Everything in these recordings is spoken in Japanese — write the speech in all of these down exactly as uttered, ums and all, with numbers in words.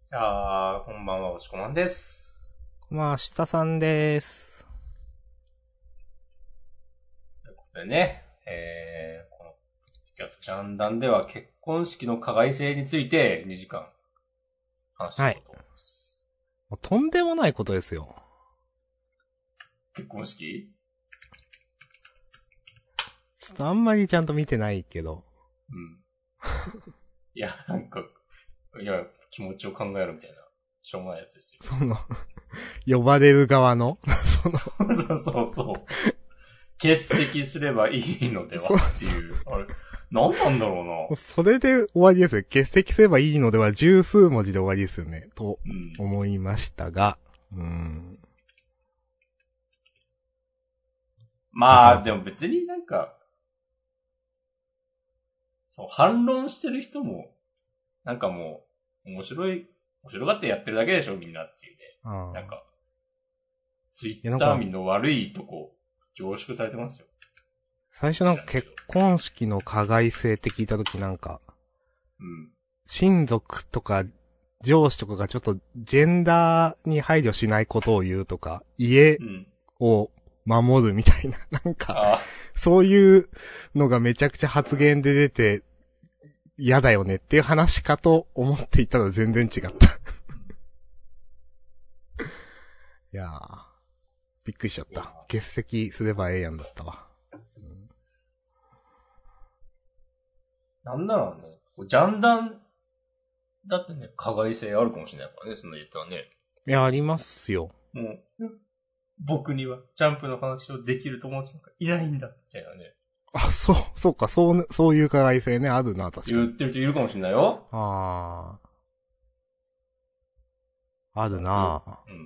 あー、こんばんは、おしこまんです。 まあ、下さんです。 ということでね、えー、この、ギャッチャンダンでは結婚式の加害性についてにじかん話していはい。 こうと思います。 もうとんでもないことですよ。 結婚式ちょっとあんまりちゃんと見てないけど。 うん。いや、なんか、いや、気持ちを考えるみたいな、しょうもないやつですよ。 その、呼ばれる側の、その、 そうそうそう。欠席すればいいのではっていう。あれ、何なんだろうな。 それで終わりですよ。欠席すればいいのでは十数文字で終わりですよね。と思いましたが。うん。うんまあ、でも別になんか、そう、反論してる人も、なんかもう、面白い、面白がってやってるだけでしょ、みんなっていうね。 あなんか、ツイいやなんかッター民の悪いとこ、凝縮されてますよ。 最初なんか結婚式の加害性って聞いたときなんか、 うん。 親族とか上司とかがちょっとジェンダーに配慮しないことを言うとか、家うん。 を守るみたいな、なんか、 あそういうのがめちゃくちゃ発言で出て、嫌だよねっていう話かと思っていたら全然違った。いやー、びっくりしちゃった。欠席すればええやんだったわ。うん、 なんだろうね。ジャンダンだってね、加害性あるかもしれないからね、そんな言ったらね。 いや、ありますよ。 もう、僕にはジャンプの話をできる友達なんかいないんだ、みたいなね。 あ、そう、そうか、そう、そういう加害性ね、あるな、確かに。 言ってる人いるかもしれないよ。 あー、あるなぁ。 うん。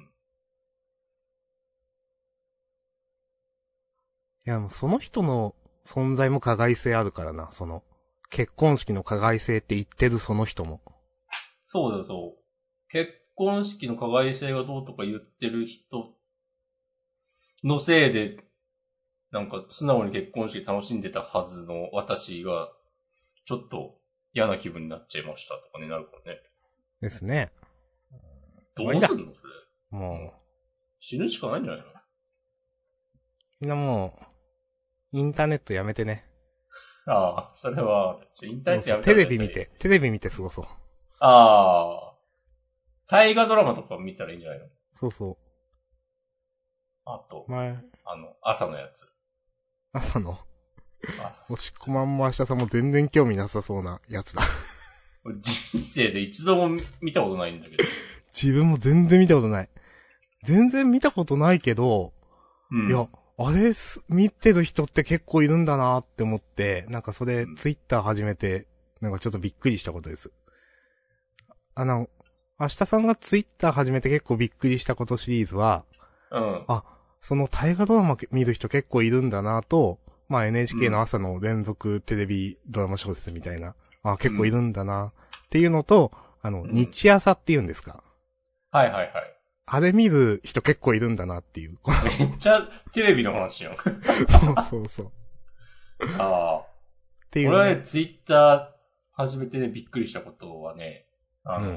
いや、もうその人の存在も加害性あるからな、その、結婚式の加害性って言ってるその人も。 そうだよ、そう。結婚式の加害性がどうとか言ってる人のせいで、なんか素直に結婚式楽しんでたはずの私が、ちょっと嫌な気分になっちゃいましたとかね、なるからね。 ですね。 どうすんのそれ。 もう、 死ぬしかないんじゃないのみんなもう、インターネットやめてね。 ああ、それは、インターネットやめたテらレビ見て、テレビ見て過ごそう。 ああ、大河ドラマとか見たらいいんじゃないのそうそあと、 う。前、 あの、朝のやつ。 朝の、 朝おしこまんも明日さんも全然興味なさそうなやつだ。 人生で一度も見たことないんだけど。 自分も全然見たことない。全然見たことないけど、 うん。 いや、あれす、見てる人って結構いるんだなって思って、なんかそれ、ツイッター始めて、なんかちょっとびっくりしたことです。あの、明日さんがツイッター始めて結構びっくりしたことシリーズは、 うん。 あ、その大河ドラマ見る人結構いるんだなと、まあ エヌエイチケー の朝の連続テレビドラマ小説みたいな、あ、結構いるんだなっていうのと、あの、 うん日朝って言うんですか。 はいはいはい。 あれ見る人結構いるんだなっていう。 めっちゃテレビの話じゃん。 そうそうそう。 ああ。 っていう、ね。 俺はね、ツイッター始めてね、びっくりしたことはね、あの、うん、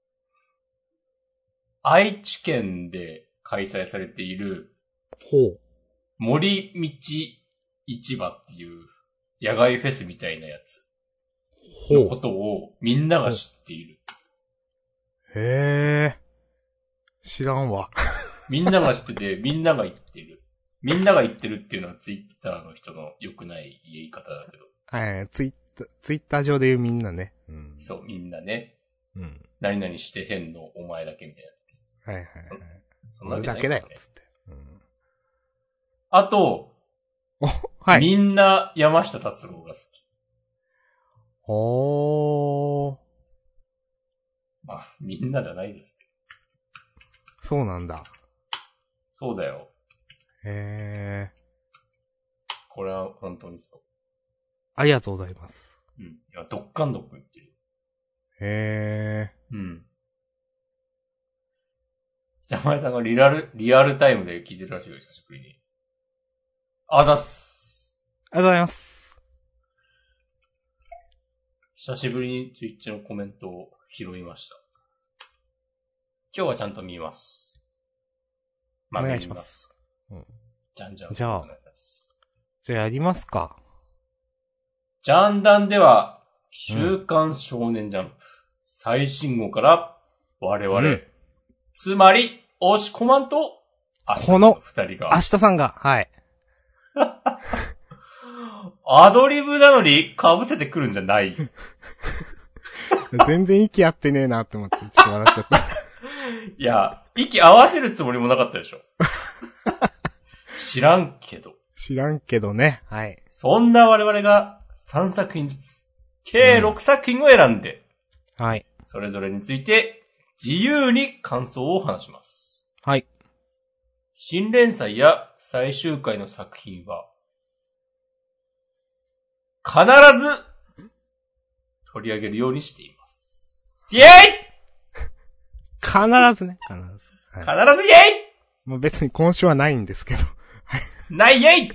愛知県で開催されている、 ほう。 森道市場っていう野外フェスみたいなやつのことをみんなが知っている。 へえ。知らんわ。 みんなが知ってて、みんなが言ってる。みんなが言ってるっていうのはツイッターの人の良くない言い方だけど。 はい、ツイッター、ツイッター上で言うみんなね。 うん、そう、みんなね。 うん。 何々してへんのお前だけみたいなやつ、ね。 はいはいはい。 そんなわけない、ね、 だけだよ、つって。うん。 あと、 お、はい。 みんな山下達郎が好き。 おー。 まあ、みんなじゃないですけど。 そうなんだ。 そうだよ。 へー。 これは本当にそう。 ありがとうございます。 うん。いや、どっかんどっくん言ってる。 へー。うん。ジャマイさんがリアル、リアルタイムで聞いてるらしいよ、久しぶりに。あざっす。 ありがとうございます。 久しぶりにツイッチのコメントを拾いました。 今日はちゃんと見ます。まあ、 お願いします。 うん。じゃんじゃん。 じゃあ、じゃあやりますか。 ジャンダンでは、週刊少年ジャンプ、うん、最新号から我々、うん、つまり、押し込まんと、 この二人が。 明日さんが、はい。 アドリブなのに被せてくるんじゃない。 全然息合ってねえなって思って、ちょっと笑っちゃった。 いや、息合わせるつもりもなかったでしょ。知らんけど。 知らんけどね。はい。 そんな我々がさんさく品ずつ、計ろくさく品を選んで、 うん、はい。 それぞれについて自由に感想を話します。 はい。 新連載や最終回の作品は、必ず取り上げるようにしています。イェイ必ずね。必ず。 はい、必ずイェイもう別に今週はないんですけど。 ないイェイ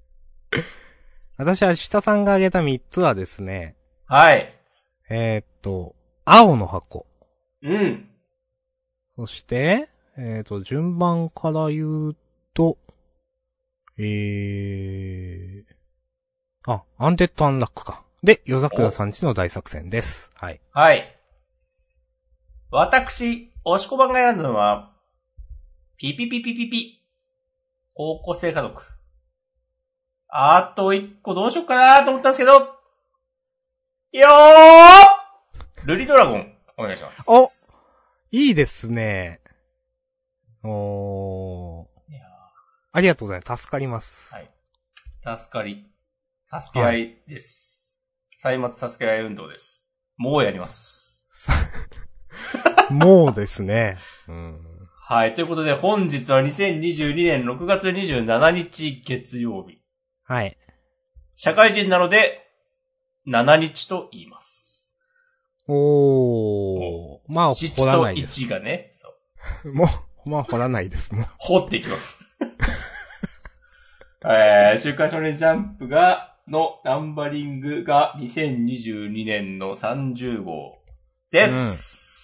私は下さんが挙げたみっつはですね。 はい。 えー、っと、青の箱。 うん。 そして、えー、っと、順番から言うと、えー、あ、アンデッド・アンラックか。で、夜桜さんちの大作戦です。はい。 はい。私、押しこばんが選んだのは、ピピピピピピ。高校生家族。あと一個どうしよっかなと思ったんですけど、よールリドラゴン、お願いします。 おいいですね。おー。いやありがとうございます。助かります。 はい。助かり。助け合いです。はい、歳末助け合い運動です。もうやります。 もうですね。うん、 はい。ということで、本日はにせんにじゅうにねんろくがつにじゅうしちにち月曜日。 はい。 社会人なので、しちにちと言います。 おー。まあ、掘らないです。 しちといちがね。そう。 もう、まあ、掘らないです。もう。 掘っていきます。えー、週刊少年ジャンプが、のナンバリングがにせんにじゅうにねんのさんじゅうごうです。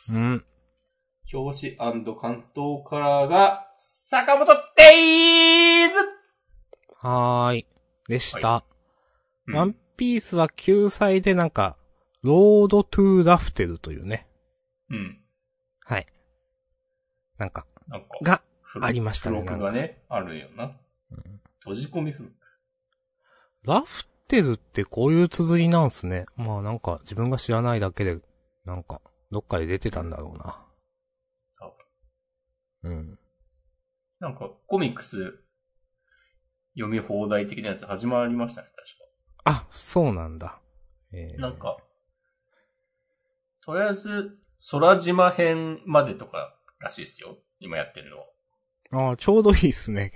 うん。うん、 表紙&関東カラーが、坂本デイズはーい。でした。 はいうん、 ワンピースは救済でなんか、ロードトゥーラフテルというね。 うん。 はい。なんか、 なんかがありましたね。 付録がね、あるよな。うん、閉じ込み付録。 ラフテルってこういう綴りなんすね。まあなんか自分が知らないだけで、なんか、どっかで出てたんだろうな。 多分。うん。 なんか、コミックス、読み放題的なやつ始まりましたね、確か。あ、そうなんだ。 えー、なんか、とりあえず、空島編までとからしいですよ。今やってるのは。 ああ、ちょうどいいっすね。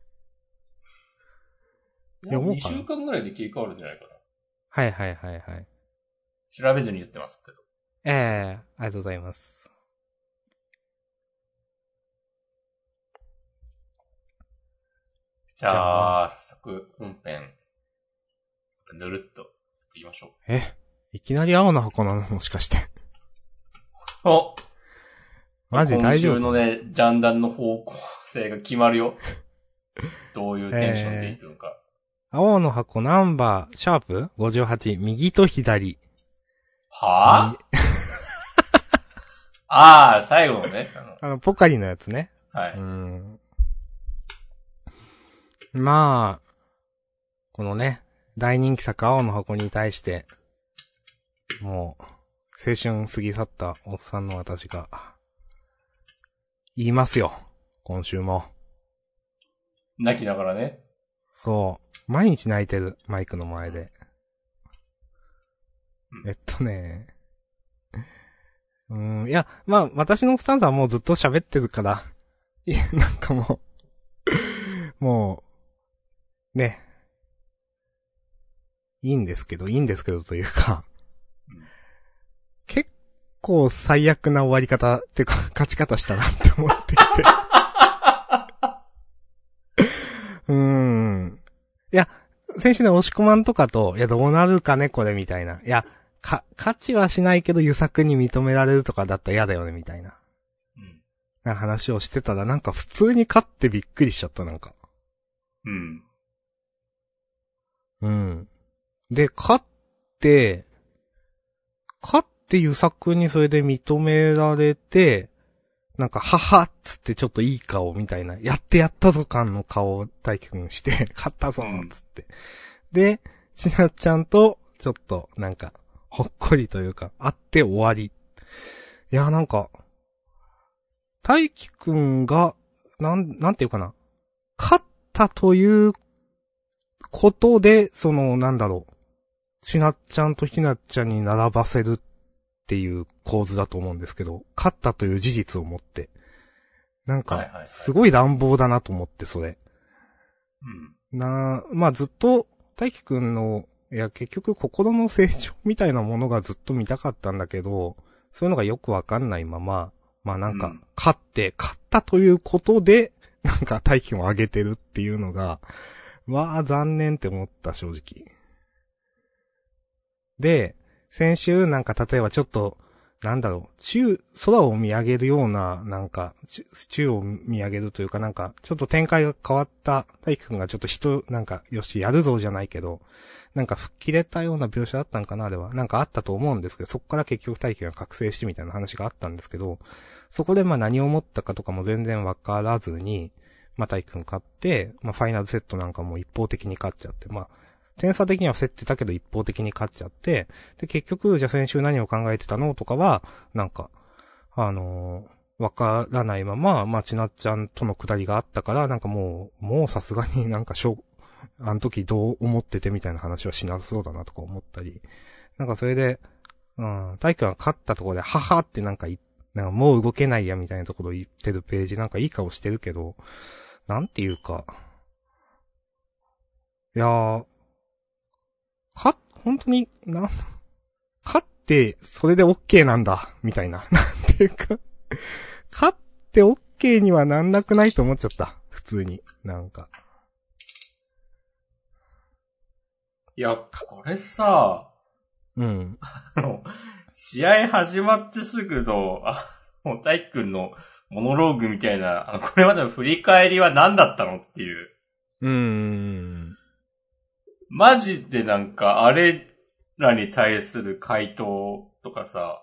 いや、もうにしゅうかんぐらいで切り替わるんじゃないかな。 はいはいはいはい。 調べずに言ってますけど。 ええー、ありがとうございます。 じゃあ、早速、本編、ぬるっと、やっていきましょう。 え、いきなり青の箱なのもしかして。 おマジ大丈夫？ 今週のね、ジャンダンの方向性が決まるよ。どういうテンションでいくのか。 えー、青の箱ナンバー、シャープ ごじゅうはち、右と左。 はぁ、ああ、最後のね。 あの、あのポカリのやつね。 はい。 うん。まあ、このね、大人気作青の箱に対して、もう、青春過ぎ去ったおっさんの私が、言いますよ。今週も。 泣きながらね。 そう。毎日泣いてる。マイクの前で。うん、えっとね。うん、いや、まあ、私のスタンスはもうずっと喋ってるから。いや、なんかもう、もう、ね。いいんですけど、いいんですけどというか。うん、結構最悪な終わり方っていうか、勝ち方したなって思っていて。うーん。いや、先週ね、押し込まんとかと、いや、どうなるかね、これ、みたいな。いや、か、価値はしないけど、遊作に認められるとかだったら嫌だよね、みたいな。 うん。 な話をしてたら、なんか普通に勝ってびっくりしちゃった、なんか。 うん。 うん。で、勝って、勝ってゆさくんにそれで認められて、なんか、ははっつってちょっといい顔みたいな、やってやったぞ感の顔を大輝くんして、勝ったぞっつって。うん、で、ちなちゃんと、ちょっと、なんか、ほっこりというか、会って終わり。いや、なんか、大輝くんが、なん、なんていうかな。勝ったということで、その、なんだろう。ちなっちゃんとひなちゃんに並ばせるっていう構図だと思うんですけど、勝ったという事実をもって。なんか、すごい乱暴だなと思って、それ。うん。なまあずっと、大輝くんの、いや結局心の成長みたいなものがずっと見たかったんだけど、そういうのがよくわかんないまま、まあなんか、勝って、勝ったということで、なんか大輝くんを上げてるっていうのが、わあ残念って思った、正直。で、先週なんか例えばちょっと、なんだろう、宙、空を見上げるような、なんか、宙を見上げるというかなんか、ちょっと展開が変わった大輝くんがちょっと人、なんか、よし、やるぞじゃないけど、なんか吹っ切れたような描写だったんかな、あれは。なんかあったと思うんですけど、そこから結局大輝が覚醒してみたいな話があったんですけど、そこでまあ何を思ったかとかも全然わからずに、まあ大輝くん勝って、まあファイナルセットなんかも一方的に勝っちゃって、まあ、点差的には競ってたけど一方的に勝っちゃって、で、結局、じゃあ先週何を考えてたのとかは、なんか、あのー、わからないまま、まあ、ちなっちゃんとの下りがあったから、なんかもう、もうさすがになんかしょ、あの時どう思っててみたいな話はしなさそうだなとか思ったり、なんかそれで、うん、大輝が勝ったところで、ははってなんか、なんかもう動けないやみたいなところ言ってるページ、なんかいい顔してるけど、なんていうか、いやー、か、本当に、な、勝って、それで OK なんだ、みたいな。なんていうか、勝って OK にはなんなくないと思っちゃった。普通に。なんか。 いや、これさ、 うん。 あの、試合始まってすぐの、あ、もう大輝くんのモノローグみたいな、あの、これまでの振り返りは何だったのっていう。 うーん。 マジでなんか、あれらに対する回答とかさ、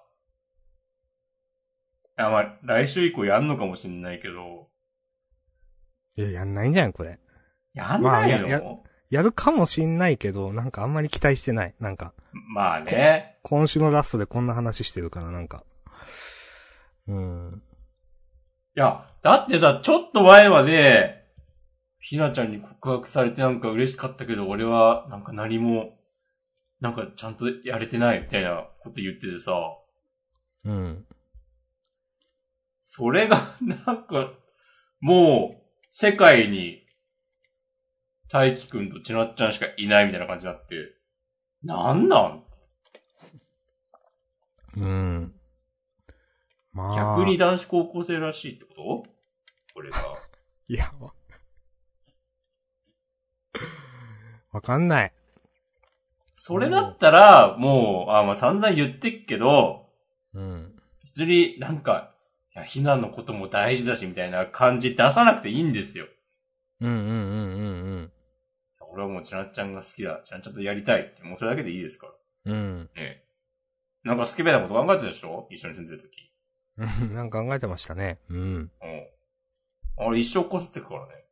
あ、まあ、来週以降やんのかもしんないけど。 いや、やんないんじゃん、これ。 やんないの、まあ、 や、や、やるかもしんないけど、なんかあんまり期待してない。なんか。 まあね。 今週のラストでこんな話してるから、なんか。うん。 いや、だってさ、ちょっと前まで、ひなちゃんに告白されてなんか嬉しかったけど、俺はなんか何も、なんかちゃんとやれてないみたいなこと言っててさ。 うん。 それが、なんか、もう、世界に、大輝くんとちなっちゃんしかいないみたいな感じになって、なんなんうん。まあ。 逆に男子高校生らしいってことこれが。 いや、わかんない。 それだったら、もう、あ、まあ、散々言ってっけど、 うん。 別になんか、いや、ひなのことも大事だし、みたいな感じ出さなくていいんですよ。 うんうんうんうんうん。 俺はもうちなっちゃんが好きだ。ちゃんちゃんとやりたいって、もうそれだけでいいですから。 うん。 ねえ。なんかスケベなこと考えてたでしょ一緒に住んでるとき。 なんか考えてましたね。うん。うん。 あれ一生こすってくからね。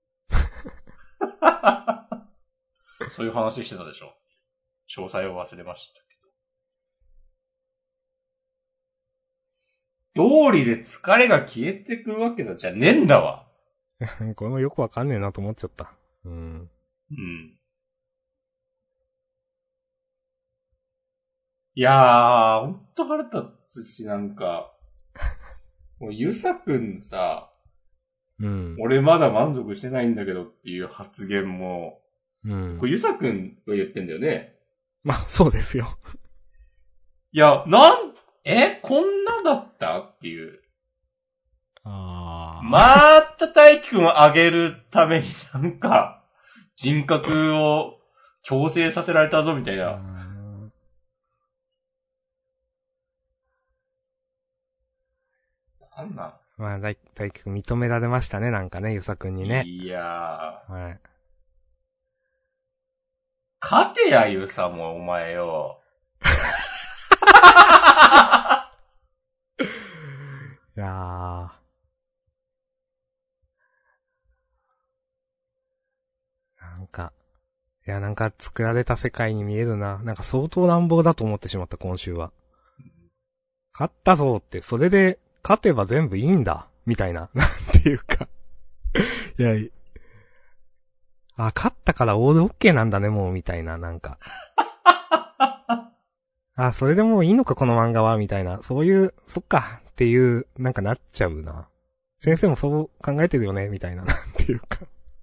そういう話してたでしょ詳細を忘れましたけど。道理で疲れが消えてくわけだじゃねえんだわ。 これもよくわかんねえなと思っちゃった。うん。 うん。いやー、ほんと腹立つし、なんか、もうゆさくんさ、 うん。 俺まだ満足してないんだけどっていう発言も、 うん。 これゆさくんが言ってんだよね。 まあ、そうですよ。 いや、なん、えこんなだったっていう。 ああ。 また大輝くんを上げるためになんか、人格を強制させられたぞみたいな。 なんなんまあ、大、大輝くん認められましたね、なんかね、ゆさくんにね。 いやー。 はい。 勝てや、ゆさも、お前よ。 いやー。なんか、いや、なんか作られた世界に見えるな。なんか相当乱暴だと思ってしまった、今週は。勝ったぞって、それで、勝てば全部いいんだ。みたいな。なんていうか。いや、あ、勝ったからオールオッケーなんだね、もう、みたいな、なんか。あ、それでもういいのか、この漫画は、みたいな。そういう、そっか、っていう、なんかなっちゃうな。先生もそう考えてるよね、みたいな、なんていうか。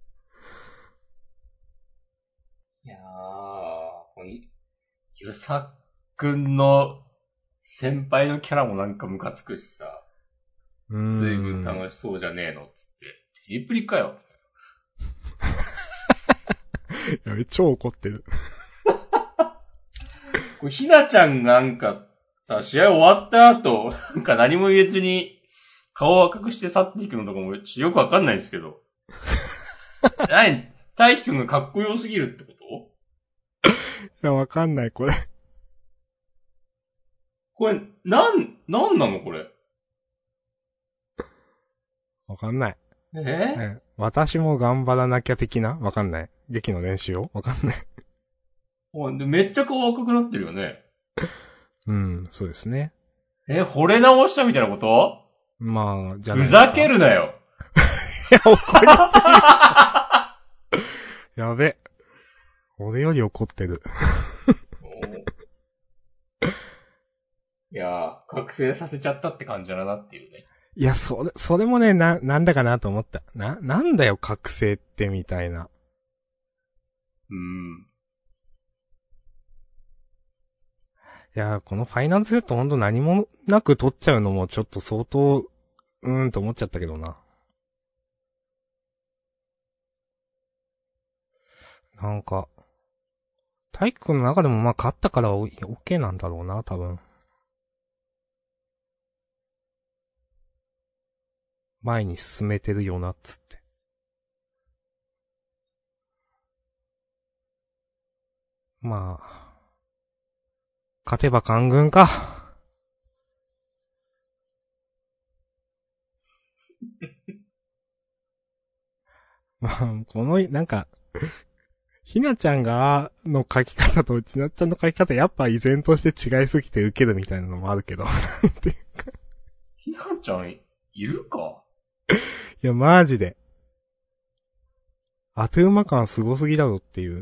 いやー、ゆさくんの先輩のキャラもなんかムカつくしさ。 うーん。 随分楽しそうじゃねえの、つって。テリプリかよ。 やべ、超怒ってる。 これひなちゃんがなんか、さ、試合終わった後、なんか何も言えずに、顔を赤くして去っていくのとかもよくわかんないんですけど。何大輝くんがかっこよすぎるってこと？ いや、わかんない、これ。 これ、なん、なんなのこれ。 わかんない。 えね、私も頑張らなきゃ的なわかんない。劇の練習をわかんない。 おでめっちゃ顔赤くなってるよね。 うん、そうですね。 え、惚れ直したみたいなこと？ まあ、じゃないふざけるなよ。 いや、怒りすぎ。やべ。俺より怒ってる。 いやー、覚醒させちゃったって感じだなっていうね。 いや、それ、それもね、な、なんだかなと思った。な、なんだよ、覚醒ってみたいな。 うーん。 いや、このファイナルセットほんと何もなく取っちゃうのもちょっと相当、うーんと思っちゃったけどな。なんか、体育の中でもまあ勝ったからオッケーなんだろうな、多分。前に進めてるよな、つって。まあ、勝てば官軍か。まあ、この、なんか、ひなちゃんが、の書き方とちなっちゃんの書き方、やっぱ依然として違いすぎて受けるみたいなのもあるけど。 ひなちゃん、いるか？ いや、マジで。あて馬感すごすぎだろっていう。 うん。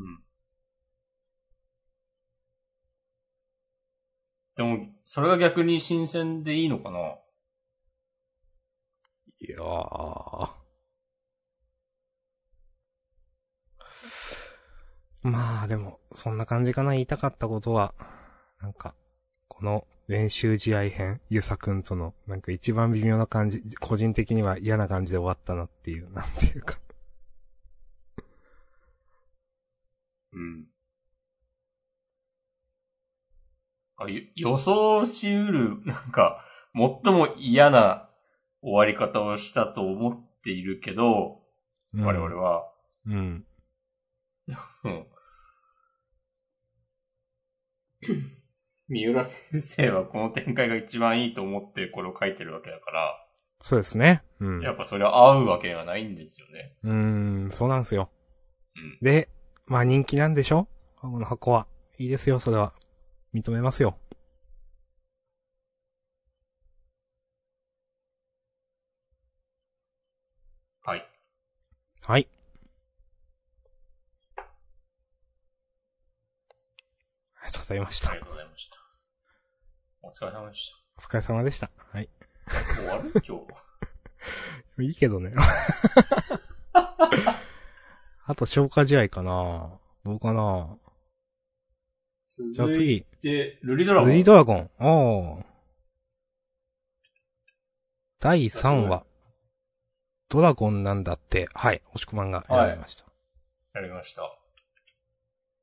でも、それが逆に新鮮でいいのかな？ いやー。まあでも、そんな感じかな、言いたかったことは。なんか、この練習試合編、ゆさくんとの、なんか一番微妙な感じ、個人的には嫌な感じで終わったなっていう、なんていうか。 うん。あ、予想しうる、なんか、最も嫌な終わり方をしたと思っているけど、うん、我々は。 うん。 うん。三浦先生はこの展開が一番いいと思ってこれを書いてるわけだから。 そうですね。うん。 やっぱそれは合うわけがないんですよね。 うーん、そうなんですよ。 うん。 で、まあ人気なんでしょ？この箱は。いいですよ、それは。認めますよ。 はい。 はい。ありがとうございました。 ありがとうございました。お疲れ様でした。 お疲れ様でした。はい。 終わる今日は。 いいけどね。あと消化試合かな？どうかな？じゃあ次。 で、ルリドラゴン。 ルリドラゴン。おー。だいさんわ。ドラゴンなんだって。はい。押し込まんが選びました。 はい、選びました。い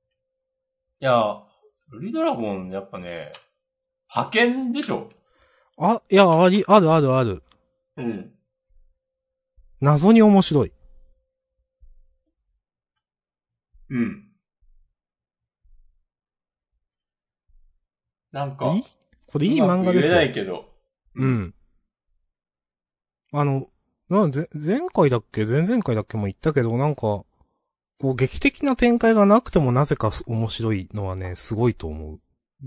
や、ルリドラゴンやっぱね、派遣でしょ。 あ、いや、あり、あるあるある。 うん。 謎に面白い。 うん。なんいいか、 これいいうまく言えな漫画ですよ。 いけど。うん。 うん。あの、な、ぜ、前回だっけ前々回だっけも言ったけど、なんか、こう劇的な展開がなくてもなぜか面白いのはね、すごいと思う。 うん。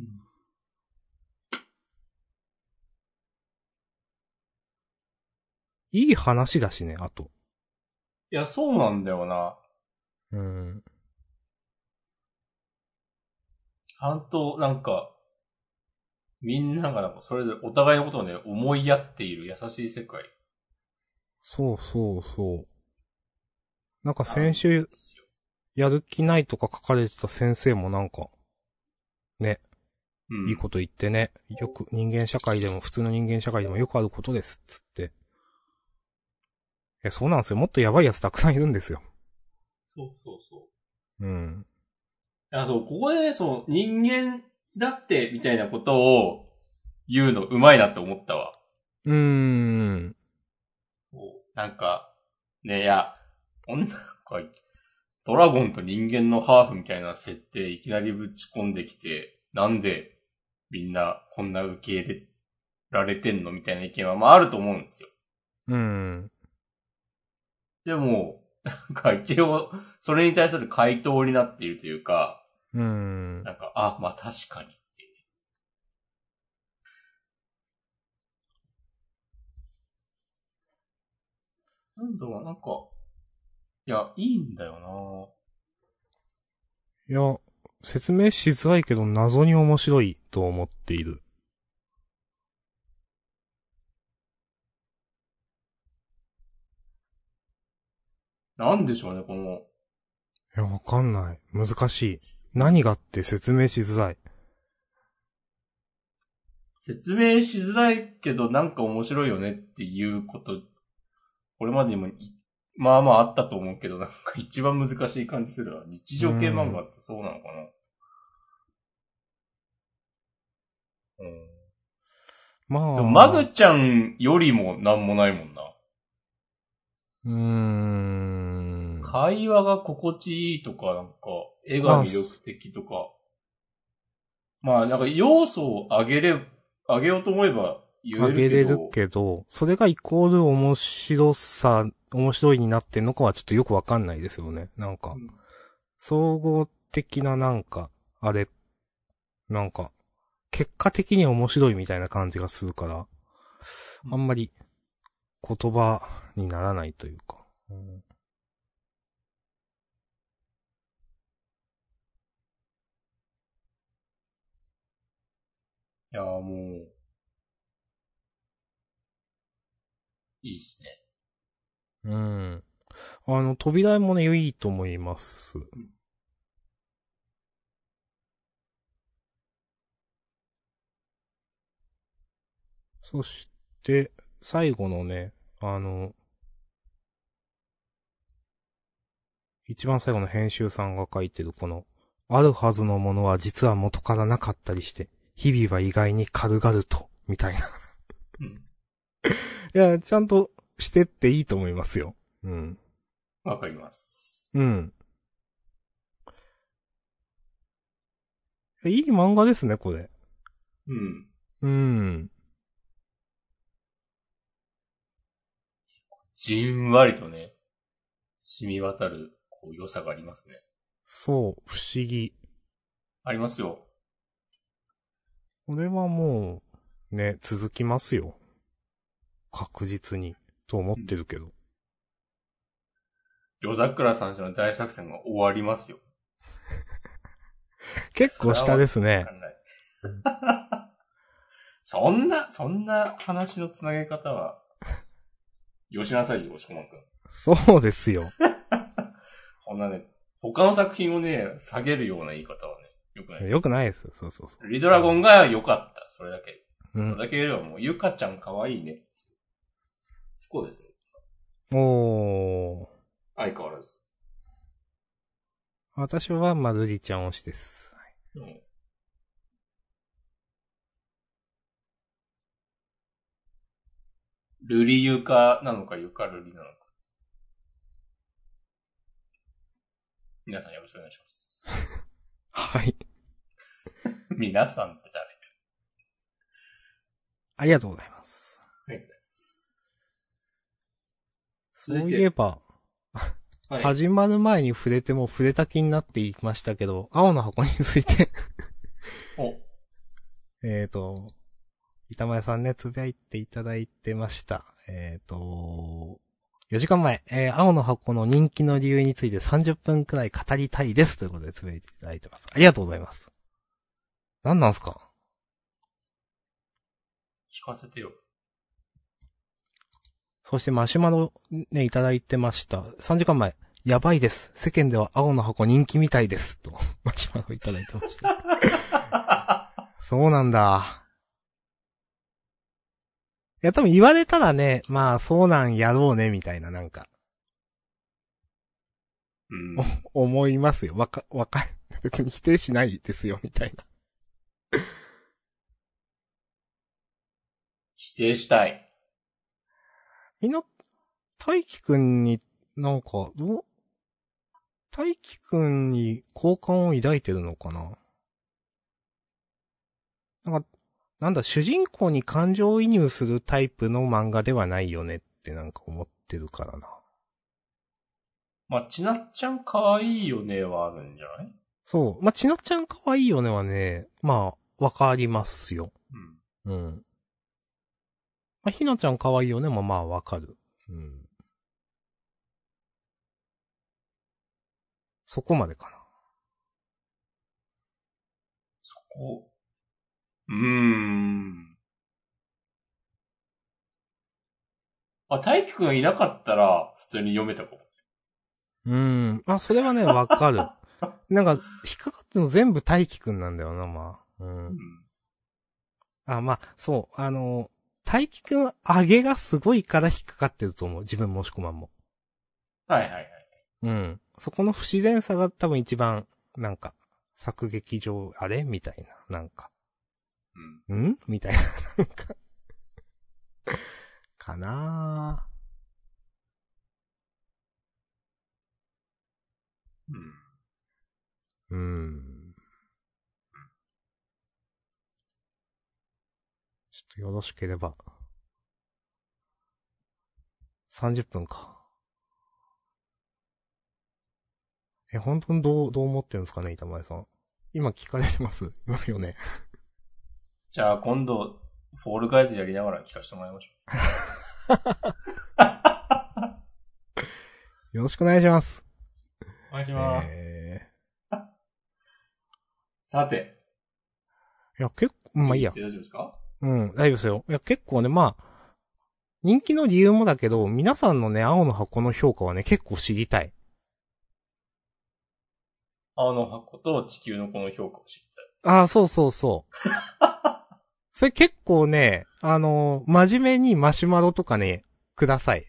いい話だしね、あと。 いや、そうなんだよな。 うん。 ちゃんと、なんか、みんながなんかそれぞれお互いのことをね、思いやっている優しい世界そうそうそう。なんかなんで先週、 すよ。 やる気ないとか書かれてた先生もなんか、ね、 うん。 いいこと言ってね、よく人間社会でも、普通の人間社会でもよくあることです、つって。え、そうなんですよ。もっとやばいやつたくさんいるんですよ。 そうそうそう。 うん。 あ、そう、ここでね、そう、人間だって、みたいなことを言うのうまいなって思ったわ。 うーん。 こうなんか、ね、いや、こんな、なんか、ドラゴンと人間のハーフみたいな設定いきなりぶち込んできて、なんでみんなこんな受け入れられてんのみたいな意見はまああると思うんですよ。 うーん。 でも、なんか一応、それに対する回答になっているというか、 うーん。 なんか、あ、まあ確かにっていう。なんだろう、なんか、いや、いいんだよいや、説明しづらいけど謎に面白いと思っている。 ななんでしょうね、この、 いや、わかんない。難しい。何がって説明しづらい。 説明しづらいけどなんか面白いよねっていうこと、これまでにもいまあまああったと思うけど、なんか一番難しい感じするわ。日うー常系漫画ん。 ってそうなのかな。うん。 までも、マグあ、 ちゃんよりもなんもないもんな。 うーん。 会話が心地いいとか、なんか、絵がまあ、 魅力的とか。まあ、なんか要素を上げれ、上げようと思えば言あえるげれるけど、 けど、それがイコール面白さ、面白いになってんのかはちょっとよくわかんないですよね。なんか、 うん。 総合的ななんか、あれ、なんか、結果的には面白いみたいな感じがするから、あんまり言葉にならないというか。うん、 いや、もう、いいっすね。 うん。あの、扉絵もね、いいと思います。 うん。 そして、最後のね、あの、一番最後の編集さんが書いてるこの、あるはずのものは実は元からなかったりして、日々は意外に軽々と、みたいな。 うん。 いや、ちゃんとしてっていいと思いますよ。うん。 わかります。 うん。いい漫画ですね、これ。 うん。 うん。 じんわりとね、染み渡る、こう、良さがありますね。 そう、不思議。 ありますよ。 これはもう、ね、続きますよ。確実に。と思っうん。 てるけど。 夜桜さんちの大作戦が終わりますよ。いや、 結構下それはわですね。 かんない。そんな、そんな話のつなげ方は、よしなさいよ、しこまんくん。 そうですよ。 こんなね、他の作品をね、下げるような言い方はね、良くないでよくす。 ないですよ。そうそうそリドラゴンが良かった。それだけ。 う。うん。 それだけ言えばもう、ゆかちゃん可愛いね。そうですね。 おー。 相変わらず。 私はマルリちゃん推しです。。 うん。 ルリユカなのかユカルリなのか。皆さんよろしくお願いします。 はい。 皆さんって誰？ ありがとうございます。 ありがとうございます。 そういえば、はい、始まる前に触れても触れた気になっていましたけど、青の箱についておえっと、板前さんね、つぶやいていただいてました。えっと、よじかんまえ、えー、青の箱の人気の理由についてさんじゅっぷんくらい語りたいです。ということでつぶやいていただいてます。ありがとうございます。何なんすか？ 聞かせてよ。 そしてマシュマロね、いただいてました。さんじかんまえ。やばいです。世間では青の箱人気みたいです。と、マシュマロいただいてました。そうなんだ。いや、多分言われたらね、まあ、そうなんやろうね、みたいな、なんか。 うん。 思いますよ。わか、わか、別に否定しないですよ、みたいな。 否定したい。 みんな、大輝くんに、なんか、どう、大輝くんに好感を抱いてるのかな？なんか、なんだ、主人公に感情移入するタイプの漫画ではないよねってなんか思ってるからな。 まあ、ちなっちゃん可愛いよねはあるんじゃない？ そう。まあ、ちなっちゃん可愛いよねはね、まあ、わかりますよ。うん。うん。まあ、ひなちゃん可愛いよねもまあわかる。うん。そこまでかな。 そこ。うーん。あ、大輝くんがいなかったら、普通に読めたかも。 うーん。まあ、それはね、わかる。なんか、引っかかってるの全部大輝くんなんだよな、まあ。うん。うん、あ、まあ、そう、あの、大輝くん上げがすごいから引っかかってると思う。自分もしこまんも。 はいはいはい。 うん。そこの不自然さが多分一番、なんか、作劇上、あれみたいな、なんか。うん。んみたいな、なんか。かなぁ。うん。うん。ちょっとよろしければ。さんじゅっぷんか。え、本当にどう、どう思ってるんですかね、板前さん。今聞かれてますよね。 じゃあ今度、フォールガイズやりながら聞かせてもらいましょう。よろしくお願いします。 お願いします。えー、さて。 いや、結構、まあいいや。 大丈夫ですか？ うん、大丈夫ですよ。いや、結構ね、まあ、人気の理由もだけど、皆さんのね、青の箱の評価はね、結構知りたい。 青の箱と地球のこの評価を知りたい。ああ、そうそうそう。それ結構ね、あのー、真面目にマシュマロとかね、ください。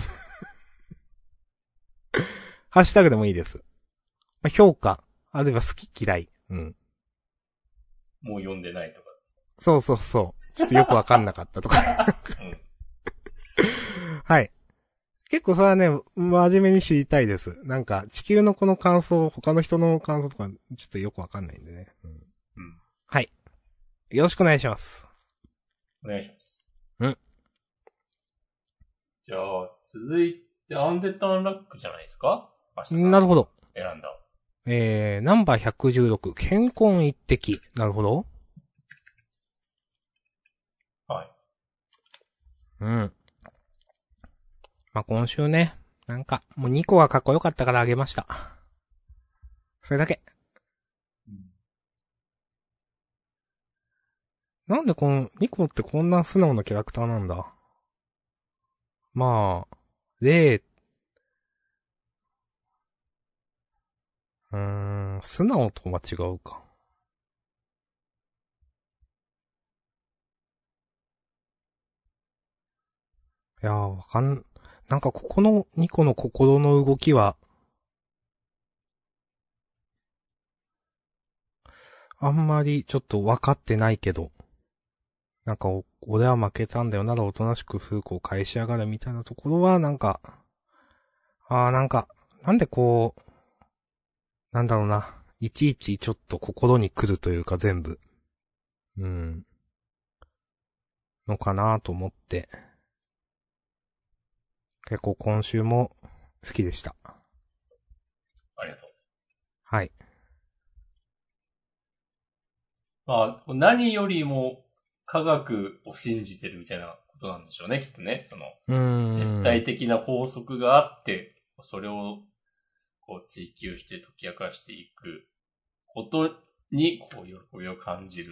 ハッシュタグでもいいです。評価、あるいは好き嫌い。うん。 もう読んでないとか。 そうそうそう。ちょっとよくわかんなかったとか。うん、はい。結構それはね、真面目に知りたいです。なんか、地球のこの感想、他の人の感想とか、ちょっとよくわかんないんでね。うん。うん、はい。よろしくお願いします。 お願いします。 うん。 じゃあ、続いて、アンデッドアンラックじゃないですか？ なるほど。 選んだ。 えー、ナンバーひゃくじゅうろく、健康一滴。なるほど。 はい。 うん。まあ、今週ね、なんか、もうにこはかっこよかったからあげました。それだけ。うん、なんでこの、にこってこんな素直なキャラクターなんだ。まあ、で、うーん、素直とは違うか。いやー、わかん、なんかここのにこの心の動きは、あんまりちょっとわかってないけど、 なんかお、俺は負けたんだよならおとなしく風子を返しやがるみたいなところは、なんか、ああ、なんか、なんでこう、なんだろうな、いちいちちょっと心に来るというか全部、うん、のかなと思って、結構今週も好きでした。 ありがとう。 はい。 まあ、何よりも科学を信じてるみたいなことなんでしょうね、きっとね。その、 うーん。 絶対的な法則があって、それをこう追求して解き明かしていくことに、こう、喜びを感じる。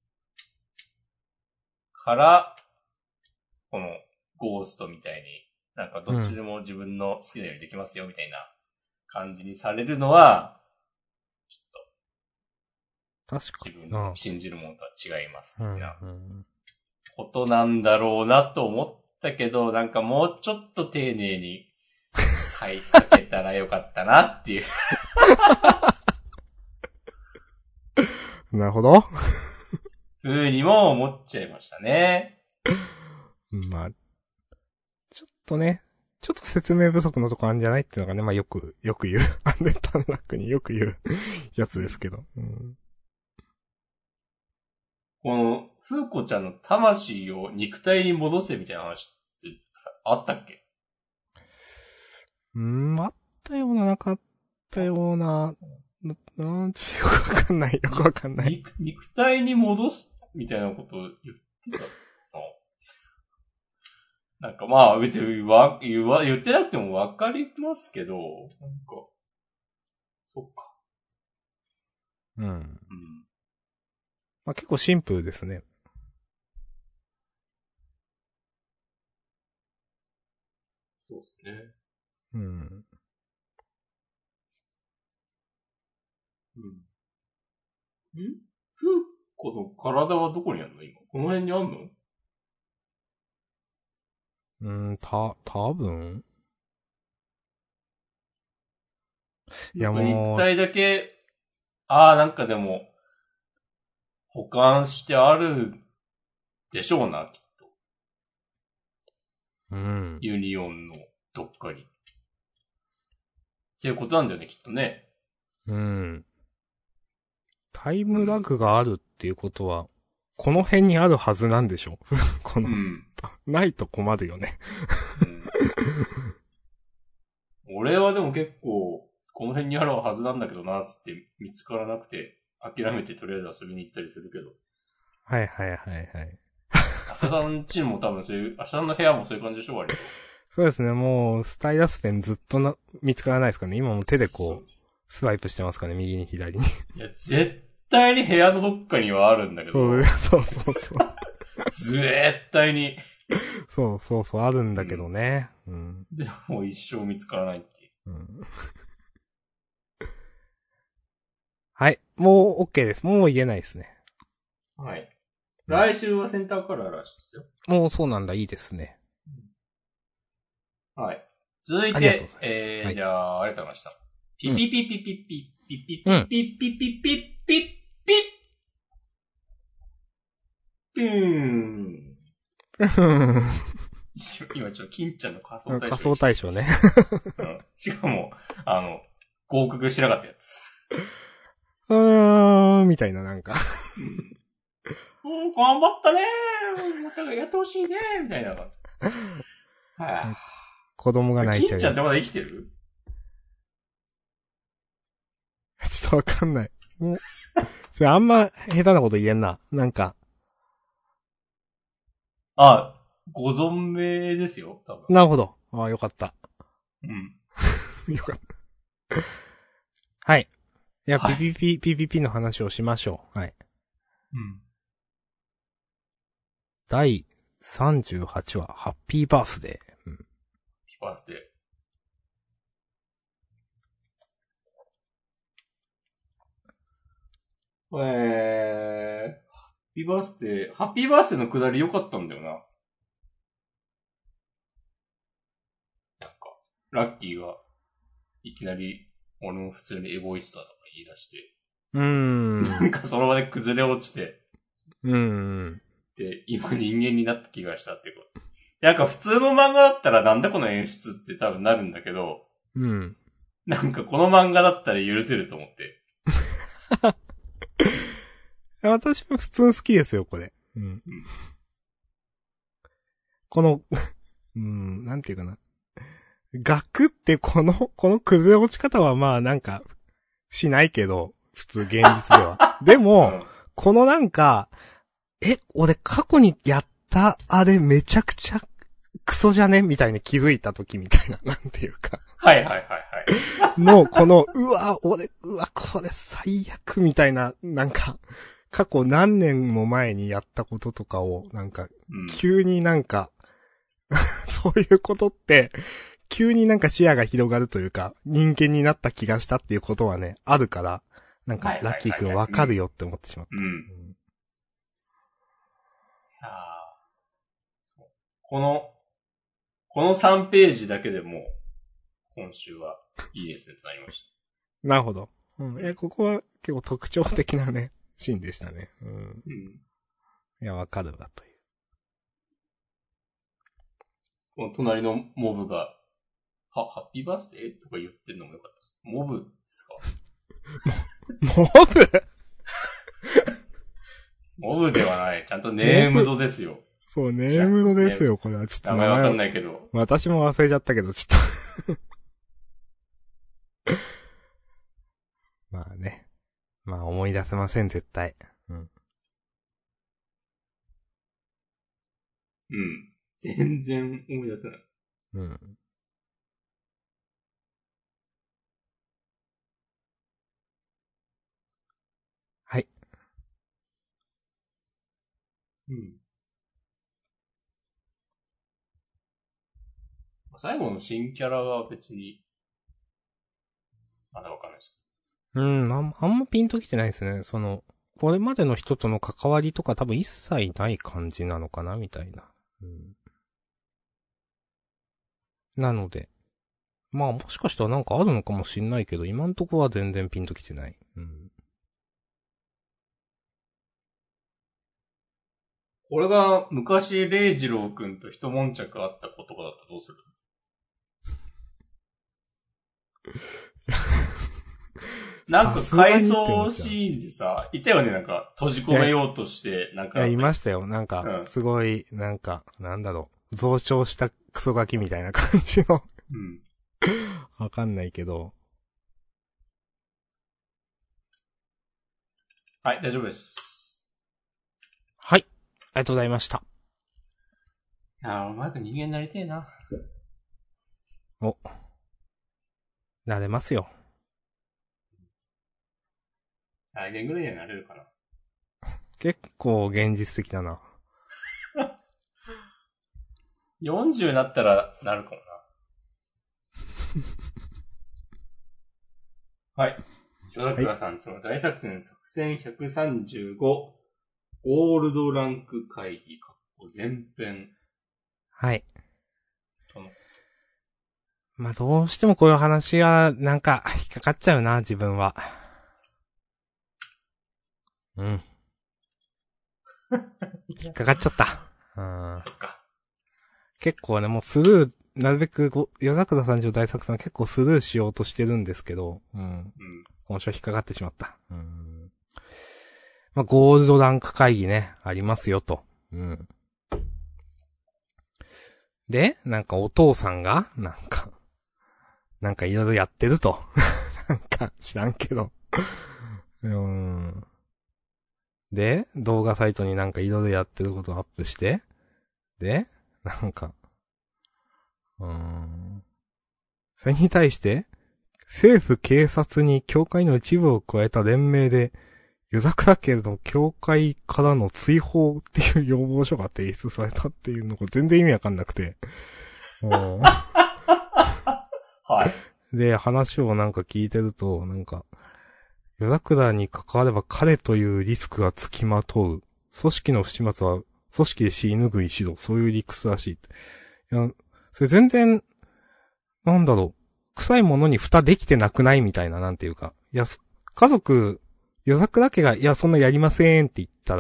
から、このゴーストみたいに、なんかどっちでも自分の好きなようにできますよみたいな感じにされるのは、きっと、 確かに。 自分の信じるものとは違います。的なうんうん、 ことなんだろうなと思ったけど、なんかもうちょっと丁寧に書いかけたらよかったなっていう。 なるほど。 ふうにも思っちゃいましたね。 まあ、ちょっとね、ちょっと説明不足のとこあるんじゃないっていうのがね、まあよく、よく言う。アンデタンラックによく言うやつですけど。うん、 この、ふうこちゃんの魂を肉体に戻せみたいな話ってあったっけ？ うん、あったような、なかったような、な、なんちよくわかんない、よくわかんない。 肉、肉体に戻すみたいなことを言ってたの？なんかまあ別にわ、言わ、言ってなくてもわかりますけど、なんか、そっか。 うん。うん。 うん。 まあ結構シンプルですね。 そうですね。 うん。 うん。んふうこの体はどこにあるの今。この辺にあんの？ うん、た、多分いやもう、 肉体だけ、ああ、なんかでも、保管してあるでしょうな、きっと。 うん。 ユニオンのどっかに。っていうことなんだよね、きっとね。 うん。タイムラグがあるっていうことは、この辺にあるはずなんでしょこの、 うん。 ないと困るよね。 うん、俺はでも結構、この辺にあるはずなんだけどな、つって見つからなくて、諦めてとりあえず遊びに行ったりするけど。 はいはいはいはい。 明日さんちも多分そういう、明日さんの部屋もそういう感じでしょ、割と。 そうですね、もう、スタイラスペンずっとな、見つからないですかね。今も手でこう、スワイプしてますかね、右に左に。 いや、絶対に部屋のどっかにはあるんだけど。 そうそうそうそう。 絶対に。 そうそうそう、あるんだけどね。うん。 でも一生見つからないっていう。 うん、はい。もう OK です。もう言えないですね。 はい。来週はセンターカラーらしいですよ。 もうそうなんだ、いいですね。 はい。続いありがとうてございます、 えー、 はい、 じゃあ、ありがとうございました。ピピピピピピピピピうん、 ピピピピピピピピーン。今ちょっと金ちゃんの仮想対象。 仮想対象ね。 うん。しかも、あの、合格しなかったやつ。 うーん、みたいななんか。 うん、頑張ったねー。またやってほしいねー。みたいな。はい、あ。 子供が泣いちゃう。 金ちゃんってまだ生きてる？ ちょっとわかんない。もう、それあんま下手なこと言えんな。なんか。 あ、ご存命ですよ、多分。 なるほど。ああ、よかった。 うん。 よかった。はい。いや、 はい、 ピピピ、ピピピの話をしましょう。はい。 うん。 だいさんじゅうはちわ、ハッピーバースデー。うん。ハッピーバースデー。えー、ハッピーバースデー、ハッピーバースデーのくだり良かったんだよな。なんか、ラッキーが、いきなり、俺も普通にエゴイスターとか言い出して。 うーん。 なんかその場で崩れ落ちて。 うーん。 て、今人間になった気がしたっていうこと。なんか普通の漫画だったらなんだこの演出って多分なるんだけど、 うん。 なんかこの漫画だったら許せると思って。 私も普通好きですよ、これ。うん。うん、この、うん、なんていうかな。学ってこの、この崩れ落ち方はまあなんか、しないけど、普通現実では。でも、うん、このなんか、え、俺過去にやったあれめちゃくちゃクソじゃねみたいに気づいた時みたいな、なんていうか。 はいはいはいはい。 の、この、うわ、俺、うわ、これ最悪みたいな、なんか、過去何年も前にやったこととかを、なんか、急になんか、うん、そういうことって、急になんか視野が広がるというか、人間になった気がしたっていうことはね、あるから、なんか、ラッキーくんわかるよって思ってしまった。うん。うん、 あそうこの、このさんページだけでも、今週はいいですねとなりました。 なるほど。うん。え、ここは結構特徴的なね、シーンでしたね。うん。うん、いや、わかるわ、という。 この隣のモブが、は、ハッピーバースデーとか言ってるのもよかったです。モブですかモブモブではない。ちゃんとネームドですよ。 そう、ネームドですよ、これは。ちょっと名前わかんないけど。 私も忘れちゃったけど、ちょっと。まあね。まあ思い出せません、絶対。うん。 うん。全然思い出せない。 うん。はい。 うん。最後の新キャラは別に、まだわかんないです。 うん、あん、あんまピンときてないですね。その、これまでの人との関わりとか多分一切ない感じなのかな、みたいな。うん、なので。まあもしかしたらなんかあるのかもしんないけど、今んとこは全然ピンときてない。うん。 これが昔、礼二郎くんと一悶着あったことかだったらどうするなんか回想シーンでさ、いたよね、なんか閉じ込めようとして、なんか。 いや、いましたよ。なんか、すごい、なんか、なんだろう。増長したクソガキみたいな感じの。うん。わかんないけど。 はい、大丈夫です。 はい。ありがとうございました。 ああ、マイク人間になりてえな。 お。なれますよ。 来年ぐらいにはなれるかな。 結構現実的だな。 よんじゅうになったらなるかもな。はい。与田倉さんちの大作戦作戦ひゃくさんじゅうご、ゴールドランク会議、かっこ前編。 はい。まあ、どうしてもこういう話は、なんか、引っかかっちゃうな、自分は。うん。引っかかっちゃった。うん。 そっか。 結構ね、もうスルー、なるべくご、夜桜さんちの大作戦結構スルーしようとしてるんですけど、うん。うん。今週は引っかかってしまった。うん。まあ、ゴールドランク会議ね、ありますよと。うん。で、なんかお父さんが、なんか、なんかいろいろやってると。なんか、知らんけど。うーん。で、動画サイトになんかいろいろやってることをアップして、で、なんか、うーん。それに対して、政府警察に教会の一部を加えた連名で、湯桜家の教会からの追放っていう要望書が提出されたっていうのが全然意味わかんなくて。 はい。 で、話をなんか聞いてると、なんか、夜桜に関われば彼というリスクがつきまとう。組織の不始末は、組織で死ぬぐい指導。そういう理屈らしい。いや、それ全然、なんだろう。臭いものに蓋できてなくないみたいな、なんていうか。いや、家族、夜桜家が、いや、そんなやりませんって言ったら、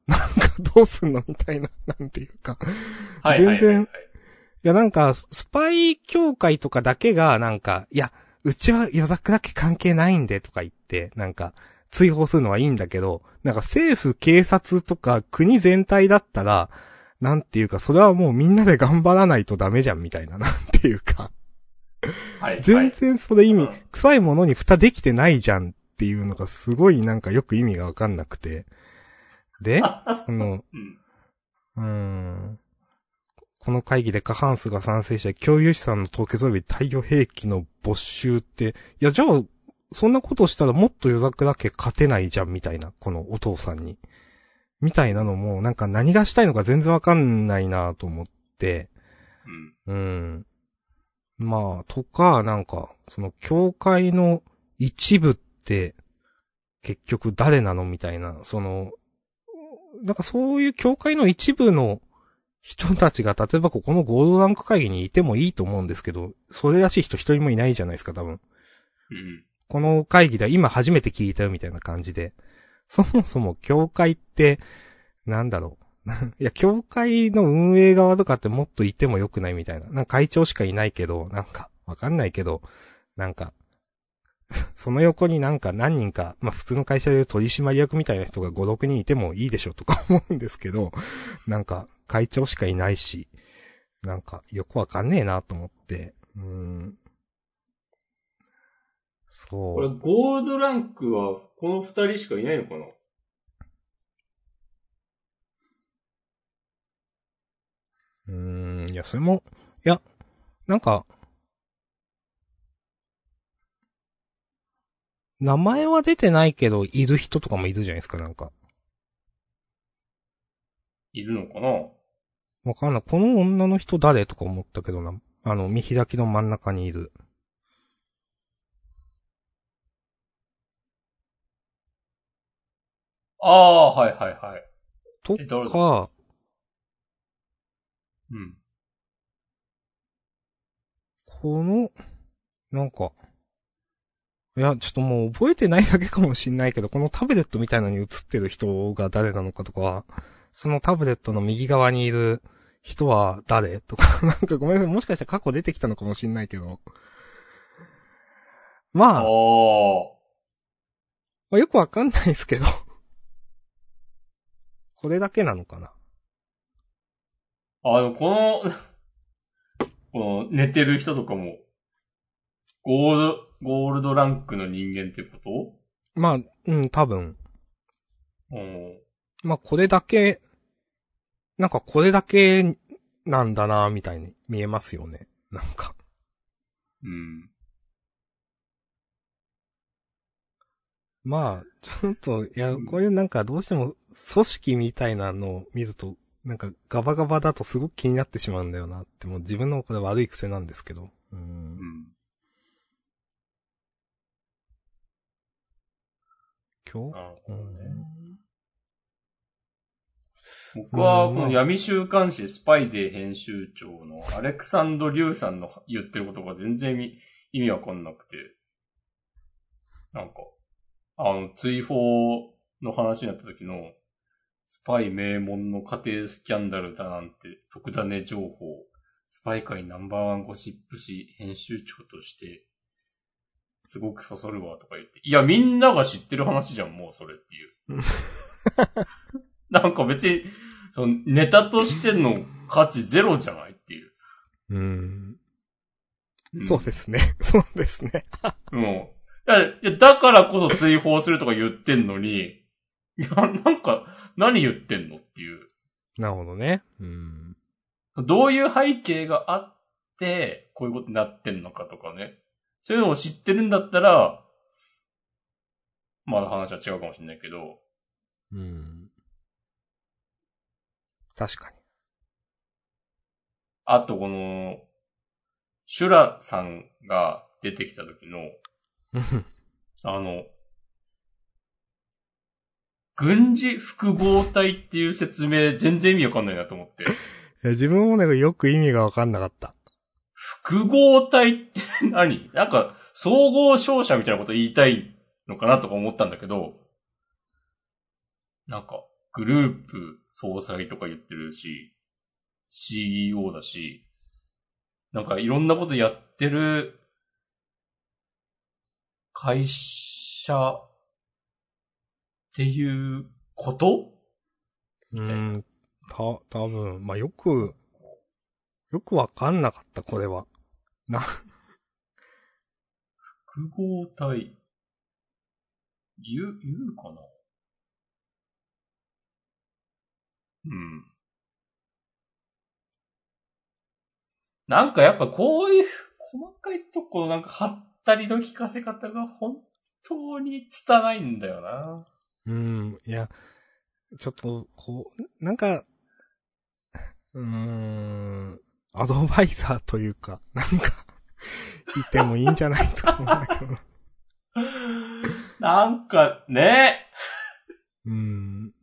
なんかどうすんのみたいな、なんていうか。 はいはいはいはい。 全然、いやなんか、スパイ協会とかだけが、なんか、いや、うちは夜桜だけ関係ないんでとか言って、なんか、追放するのはいいんだけど、なんか政府、警察とか国全体だったら、なんていうか、それはもうみんなで頑張らないとダメじゃんみたいな、なんていうか。 はい。 全然それ意味、 うん臭いものに蓋できてないじゃんっていうのがすごいなんかよく意味がわかんなくて。で、その、 うん。 うーん。この会議で過半数が賛成した共有資産の凍結及び貸与兵器の没収って、いやじゃあ、そんなことしたらもっと夜桜家勝てないじゃんみたいな、このお父さんに。みたいなのも、なんか何がしたいのか全然わかんないなと思って、 うん。 うん。まあ、とか、なんか、その、教会の一部って、結局誰なのみたいな、その、なんかそういう教会の一部の人たちが、例えばここのゴールドランク会議にいてもいいと思うんですけど、それらしい人一人もいないじゃないですか、多分。 うん。 この会議では今初めて聞いたよみたいな感じで。そもそも教会って、なんだろう。いや、教会の運営側とかってもっといてもよくないみたいな。なんか会長しかいないけど、なんか、わかんないけど、なんか、その横になんか何人か、まあ普通の会社で取締役みたいな人がご、ろくにんいてもいいでしょとか思うんですけど、なんか会長しかいないし、なんかよくわかんねえなと思って、うーん。そう。 これ、ゴールドランクは、この二人しかいないのかな？ うーん、いや、それも、いや、なんか、名前は出てないけど、いる人とかもいるじゃないですか、なんか。 いるのかな？ わかんない。この女の人誰とか思ったけどな。あの、見開きの真ん中にいる。 ああ、はいはいはい。 とえ、誰だ？ か、 うん。 この、なんか、いや、ちょっともう覚えてないだけかもしんないけど、このタブレットみたいなのに映ってる人が誰なのかとかは、そのタブレットの右側にいる人は誰とか、なんかごめんなさい、もしかしたら過去出てきたのかもしんないけど。まああ、 あ。 まあ、よくわかんないですけど。これだけなのかな。 あの、この、この寝てる人とかも、ゴールド、ゴールドランクの人間ってこまあ、うん、多分。 と？うん。 まあ、これだけ、なんかこれだけなんだなみたいに見えますよね。なんか。 うん。 まあ、ちょっと、いや、こういうなんかどうしても組織みたいなのを見ると、なんかガバガバだとすごく気になってしまうんだよなって、もう自分のこれ悪い癖なんですけど。うん。 うん。 今日、 なるほどね。 うん僕は、こうんまあの闇週刊誌スパイデー編集長のアレクサンド・リュウさんの言ってることが全然意味意味わかんなくて、なんか、あの、追放の話になった時の、スパイ名門の家庭スキャンダルだなんて、特ダネ情報、スパイ界ナンバーワンゴシップ誌編集長として、すごくそそるわとか言って。いや、みんなが知ってる話じゃん、もうそれっていう。なんか別に、そのネタとしての価値ゼロじゃないっていう。 うん。 うん、 そうですね。そうですね。 うん。いや、いやだからこそ追放するとか言ってんのに、いや、なんか、何言ってんのっていう。 なるほどね。うん。 どういう背景があって、こういうことになってんのかとかね。そういうのを知ってるんだったら、まだ話は違うかもしれないけど。 うん。確かに。 あとこの、シュラさんが出てきた時の、あの、軍事複合体っていう説明全然意味わかんないなと思って。 いや自分もね、よく意味がわかんなかった。 複合体って何？なんか、総合商社みたいなこと言いたいのかなとか思ったんだけど、なんか、 グループ総裁とか言ってるし、シーイーオー だし、なんかいろんなことやってる会社っていうことうみたいな。 ん、た、多分、まあ、よく、よくわかんなかった、これは。な、 複合体、言う、言うかなうん。なんかやっぱこういう細かいとこなんかはったりの聞かせ方が本当に拙いんだよな。 うん、いや、ちょっと、こう、なんか、うーん、アドバイザーというか、なんか、いてもいいんじゃないと思うんだけど。 なんかね。 うーん。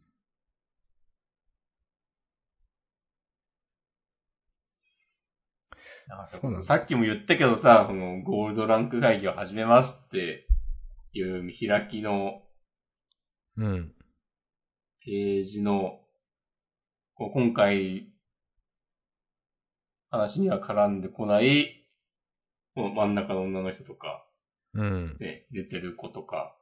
そうなんだ。 さっきも言ったけどさ、このゴールドランク会議を始めますっていう見開きのうん。 ページの、こう今回話には絡んでこない、この真ん中の女の人とか、 うん。 ね、寝てる子とか、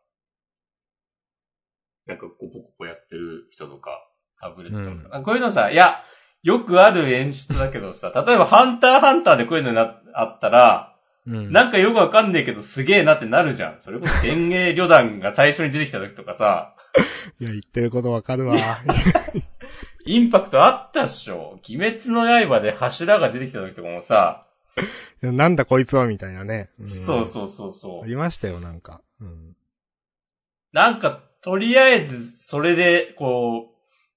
なんかコポコポやってる人とか、タブレットとか、うん、こういうのさ、いや、よくある演出だけどさ、例えばハンターハンターでこういうのな、あったら、うん、なんかよくわかんねえけどすげえなってなるじゃん。それこそ電芸旅団が最初に出てきた時とかさ。 いや、言ってることわかるわ。 インパクトあったっしょ。鬼滅の刃で柱が出てきた時とかもさ。 なんだこいつはみたいなね、 うん。そうそうそうそう。 ありましたよ、なんか。うん、 なんか、とりあえず、それで、こう、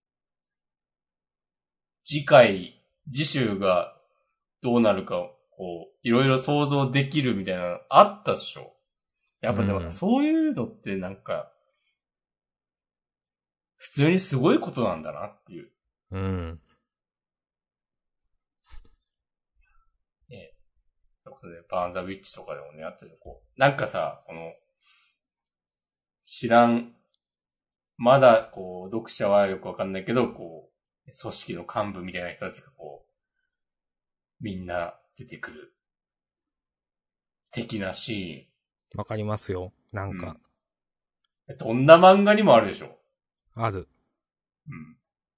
次回、次週がどうなるかを、こう、いろいろ想像できるみたいなのあったっしょ。やっぱでも、そういうのってなんか、普通にすごいことなんだなっていう。 うん。 ね。それでバーンザウィッチとかでもね、あったけど、こう、なんかさ、この、知らん、まだ、こう、読者はよくわかんないけど、こう、組織の幹部みたいな人たちがこう、みんな出てくる。的なシーン。わかりますよ。なんか、 うん。どんな漫画にもあるでしょ。 ある。 うん。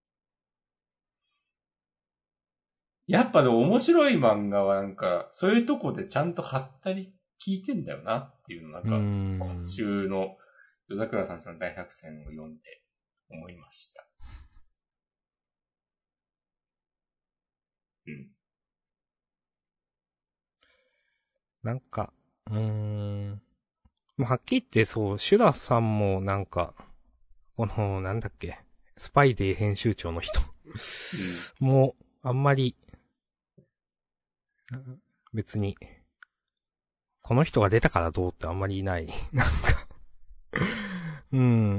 やっぱでも面白い漫画はなんか、そういうとこでちゃんと貼ったり聞いてんだよなっていうのなんか、今週の夜桜さんちの大作戦を読んで思いました。うん。 なんか、うーん。はっきり言ってそう、シュラさんもなんか、この、なんだっけ、スパイデー編集長の人うん、もう、あんまり、別に、この人が出たからどうってあんまりいない。なんかうん。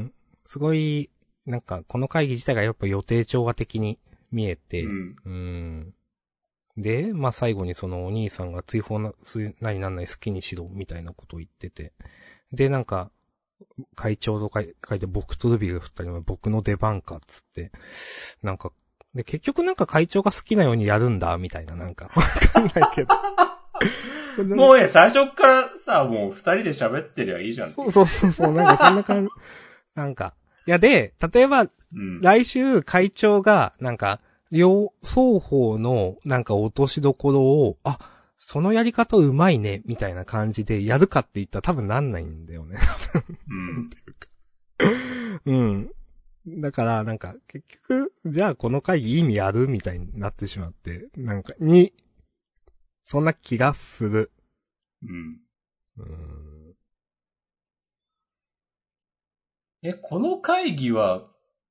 すごい、なんか、この会議自体がやっぱ予定調和的に見えて、うん。うんで、まあ最後にそのお兄さんが追放な、何なんない好きにしろ、みたいなことを言ってて。で、なんか、会長と書いて僕とルビーが振ったりも僕の出番かっつって。なんか、で、結局なんか会長が好きなようにやるんだ、みたいな、なんか、わかんないけど。 もうね、最初からさ、もう二人で喋ってりゃいいじゃん。 そうそうそうそう、なんかそんな感じ。なんか、いやで、例えば、うん、来週会長が、なんか、両、双方の、なんか落としどころを、あ、そのやり方うまいね、みたいな感じでやるかって言ったら多分なんないんだよね。うん。うん。だから、なんか、結局、じゃあこの会議意味あるみたいになってしまって、なんか、に、そんな気がする。 うん。 うーん。 え、この会議は、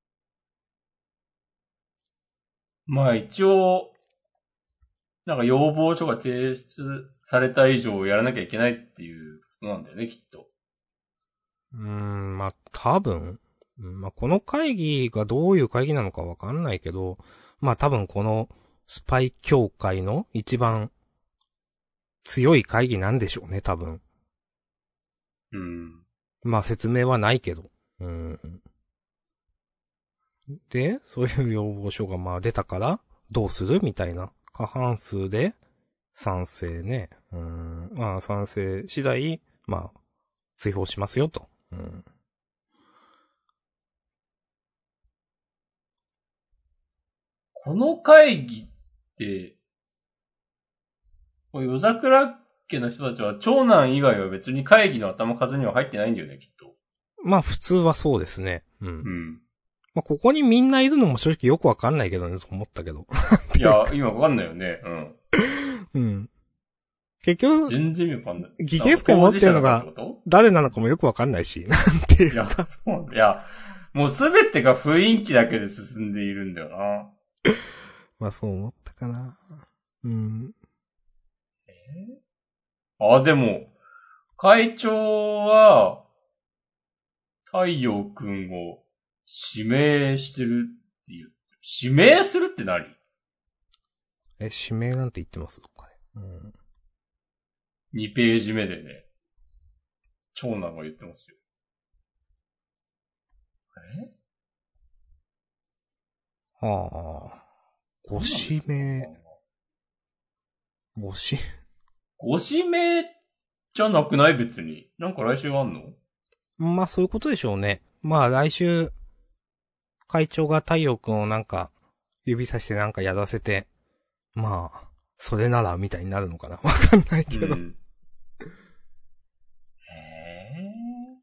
まあ一応、なんか要望書が提出された以上やらなきゃいけないっていうことなんだよね、きっと。 うーん、まあ多分、まあこの会議がどういう会議なのかわかんないけど、まあ多分このスパイ協会の一番強い会議なんでしょうね、多分。 うん。 まあ説明はないけど。うん。 で、そういう要望書がまあ出たから、どうするみたいな。過半数で、賛成ね。うん。まあ賛成次第、まあ、追放しますよと。うん。 この会議って、夜桜家の人たちは長男以外は別に会議の頭数には入ってないんだよね、きっと。 まあ普通はそうですね。うん。うん。まあここにみんないるのも正直よくわかんないけどね、そう思ったけど。 いや、今わかんないよね。うん。 うん。結局、 全然意味わかんない。 議決権持ってるのが誰なのかもよくわかんないし、なんていうか。 いや、そういや、もうすべてが雰囲気だけで進んでいるんだよな。 まあそう思ったかな。うん。 えあ、でも、会長は、太陽くんを指名してるっていう。指名するって何？ え、指名なんて言ってますかね。うん。 にページ目でね、長男が言ってますよ。えはあ。ご指名。ご指、 ご指名じゃなくない別に。なんか来週あんの？ まあそういうことでしょうね。まあ来週、会長が太陽くんをなんか、指さしてなんかやらせて、まあ、それならみたいになるのかな。わかんないけど。うん、 へー。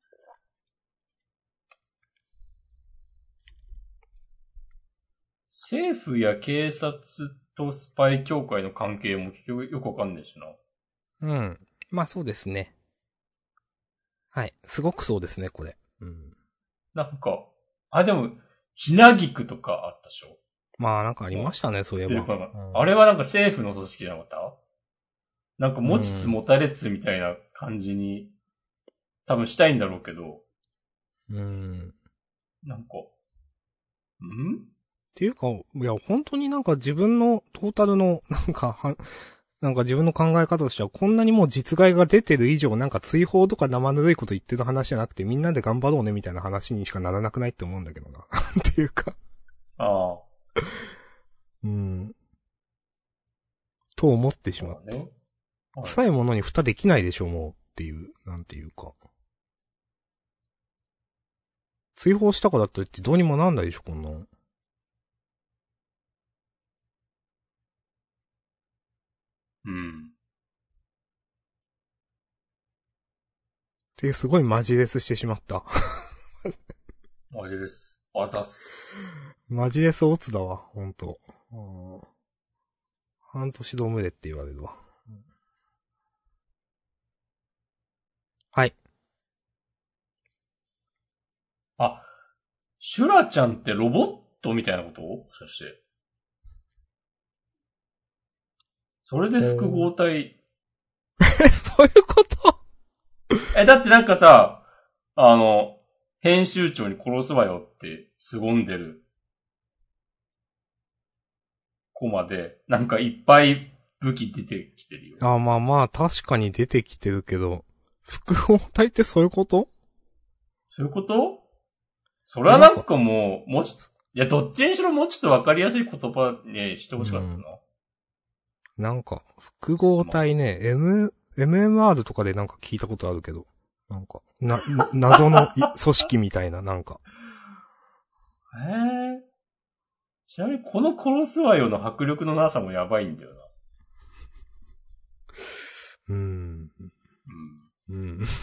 政府や警察とスパイ協会の関係も結局よくわかんないしな。 うん。まあそうですね。はい。すごくそうですね、これ。うん。 なんか、あ、でも、ひなぎくとかあったでしょ？ まあなんかありましたね、そういえば。うん、 あれはなんか政府の組織じゃなかった？なんか持ちつ持たれつみたいな感じに、多分したいんだろうけど。 うん。 なんか、んっていうか、いや、本当になんか自分のトータルの、なんか、は、なんか自分の考え方としては、こんなにもう実害が出てる以上、なんか追放とか生ぬるいこと言ってる話じゃなくて、みんなで頑張ろうねみたいな話にしかならなくないって思うんだけどな。っていうか。 ああ。 うん。と思ってしまった。ね、はい、臭いものに蓋できないでしょ、もう。っていう、なんていうか。追放したからといってどうにもなんないでしょ、こんなの。 うん。 っていうすごいマジレスしてしまった。 マジレス。あざっす。 マジレスオツだわ、ほんと。うん、半年ドムでって言われるわ。はい。 あ、シュラちゃんってロボットみたいなこと？もしかして。それで複合体。 そういうことえ、だってなんかさ、あの、編集長に殺すわよって凄んでるコマで、なんかいっぱい武器出てきてるよ。 あ、まあまあ、確かに出てきてるけど、複合体ってそういうこと？ そういうこと？それはなんかもう、もうちょっと、いや、どっちにしろもうちょっとわかりやすい言葉ね、してほしかったな。うん、 なんか、複合体ね、M、エムエムアール とかでなんか聞いたことあるけど、なんか、な、謎の組織みたいな、なんか。 へえ。ちなみにこの殺すわよの迫力のなさもやばいんだよな。 うーん。うん。うん。うん。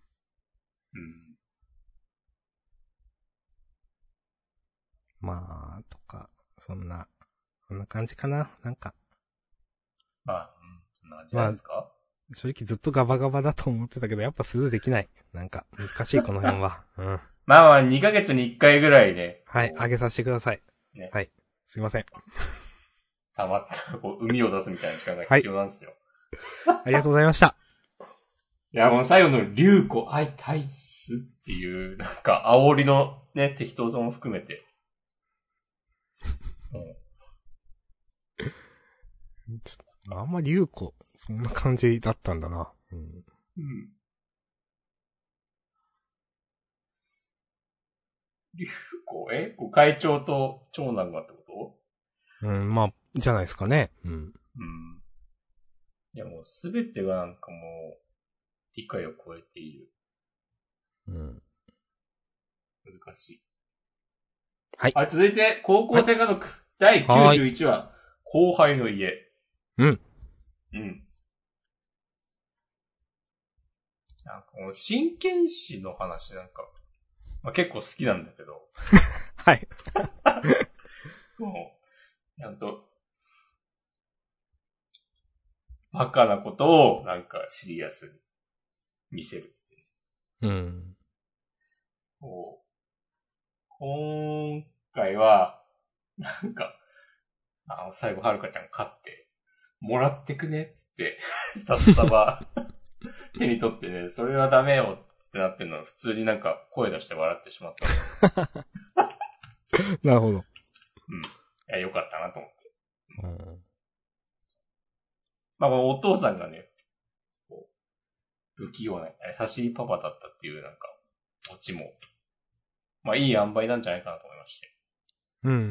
まあ、とか、そんな、そんな感じかな、なんか。 まあ、うん、そんな感じじゃないですか、まあ、 正直ずっとガバガバだと思ってたけど、やっぱスルーできない。なんか、難しい、この辺は。うん。 まあまあ、にかげつにいっかいぐらいね。 はい、上げさせてください。ね。はい。すいません。 たまった、こう、海を出すみたいな力が必要なんですよ。 はい、ありがとうございました。 いや、この最後の竜子愛体質っていう、なんか、煽りのね、適当さも含めて。 うん、ちょっとあんま竜子、そんな感じだったんだな。うん。うん、 流行えこう会長と長男がってこうん、まあ、じゃないですかね。うん。 とうん。いやもうすべてがなんかもう、理解を超えている。 うん。 難しい。 はい。 はい、続いて、高校生家族、だいきゅうじゅういちわ、後輩の家。 うん。 うん。なんかもう真剣士の話なんか、まあ、結構好きなんだけど。 はい。 もう、なんと、バカなことをなんかシリアスに見せるっていう。 うん。 こう今回は、なんか、あの、最後はるかちゃん勝って、もらってくねっつって、札束手に取ってね、それはダメよっつってなってるのを普通になんか声出して笑ってしまった。 なるほど。うん。いや、よかったなと思って。 うん、 まあ、お父さんがね、こう不器用な、優しいパパだったっていうなんか、オチも、まあいい塩梅なんじゃないかなと思いまして。 うん。うん。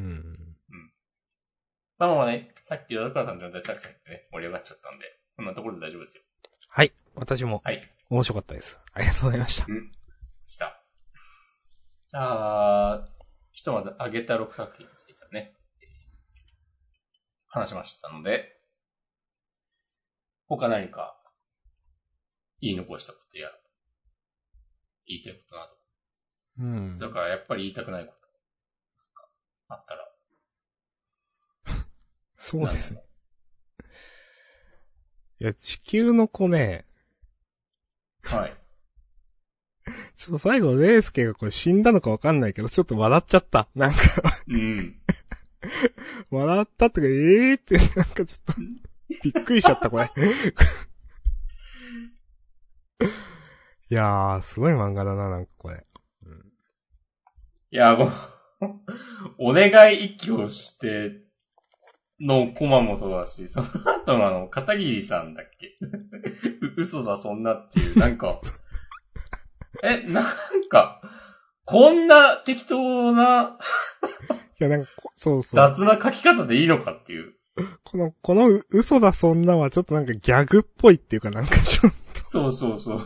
まあまあね、さっきヨドカラさんの大作戦ってね、盛り上がっちゃったんで、こんなところで大丈夫ですよ。 はい。私も。 はい。 面白かったです。ありがとうございました。 うん。した。じゃあ、ひとまず挙げたろくさく品についてはね、話しましたので、他何か言い残したことや、言いたいことなど。 うん。 だからやっぱり言いたくないこと、なんかあったら。 そうですね。いや、地球の子ね。 はい。 ちょっと最後、レイスケがこれ死んだのかわかんないけど、ちょっと笑っちゃった。なんかうん。 笑ったとか、ええーって、なんかちょっと、びっくりしちゃった、これ。いやー、すごい漫画だな、なんかこれ。うん、 いや、もう、お願い一挙をしてのコマもそうだし、その後のあの、片桐さんだっけ嘘だ、そんなっていう、なんか、え、なんか、こんな適当な、 いや、なんかこ、そうそう。 雑な書き方でいいのかっていう。 この、この嘘だそんなはちょっとなんかギャグっぽいっていうかなんかちょっと。 そうそうそう。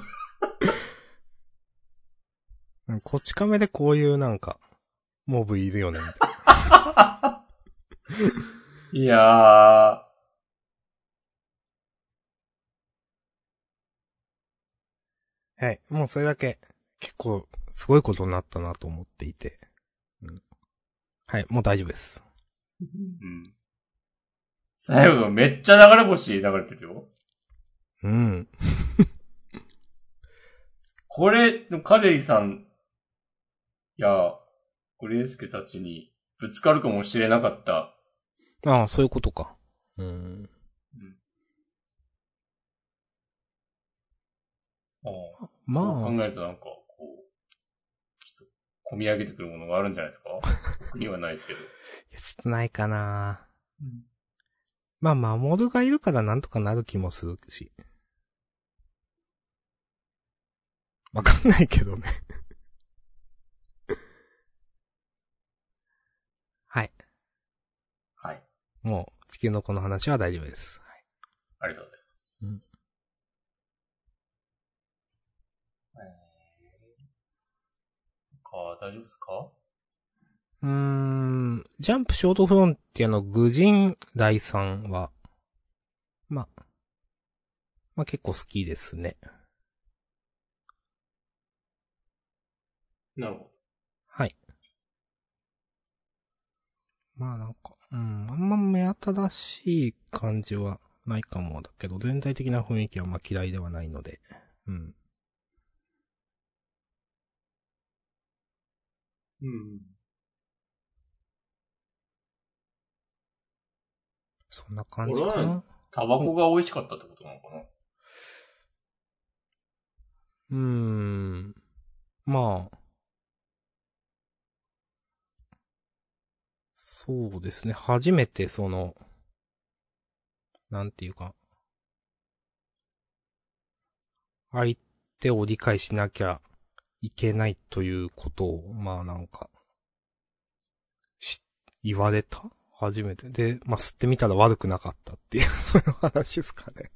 こっち亀でこういうなんか、モブいるよね、みたいな。 いやー。 はい。もうそれだけ、結構、すごいことになったなと思っていて。うん、はい、もう大丈夫です。 うん。最後のめっちゃ流れ星流れてるよ。 うん。 これ、カレリさんや、ゴリエスケたちにぶつかるかもしれなかった。 ああ、そういうことか。うん。うん、 ああ、 まあ。 そう考えるとなんか、こう、ちょっと、込み上げてくるものがあるんじゃないですか僕にはないですけど。いや、ちょっとないかな。 うん、 まあ、守るがいるからなんとかなる気もするし。わかんないけどね。はい。 はい。 もう、地球のこの話は大丈夫です。はい、 ありがとうございます。うん、えー、か、大丈夫ですか？ うーん、ジャンプショートフロンティアの愚人大さんは、まあ、まあ結構好きですね。 なるほど。 はい。まあなんか、うん、あんま目新しい感じはないかもだけど、全体的な雰囲気はまあ嫌いではないので、うん。 うん。 そんな感じかな。 タバコが美味しかったってことなのかな？ うーん。まあ。そうですね。初めてその、なんていうか、相手を理解しなきゃいけないということを、まあなんか、 言われた初めて。で、まあ、吸ってみたら悪くなかったっていう、そういう話ですかね。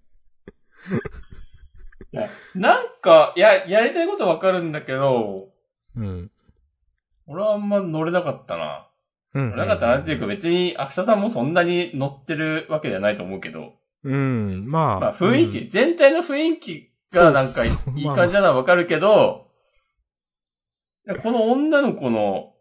いや、なんか、いや、やりたいことわかるんだけど、 うん。 俺はあんま乗れなかったな。 うん。 乗れなかったなっていうか別に、アクシャさんもそんなに乗ってるわけじゃないと思うけど、 うん、まあ。 まあ雰囲気、 うん、 全体の雰囲気がなんかいい感じなのはわかるけど、まあまあ、この女の子の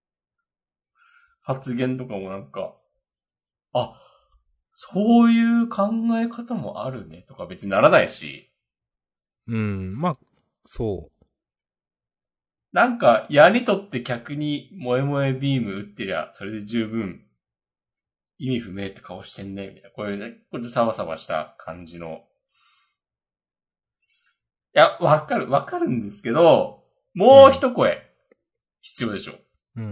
発言とかもなんか、あ、そういう考え方もあるねとか別にならないし、 うん、まあ、そう。 なんか、矢にとって客に萌え萌えビーム打ってりゃ、それで十分、意味不明って顔してんね、みたいな。こういうね、これでサバサバした感じの。いや、わかる、わかるんですけど、もう一声、必要でしょ。 うん。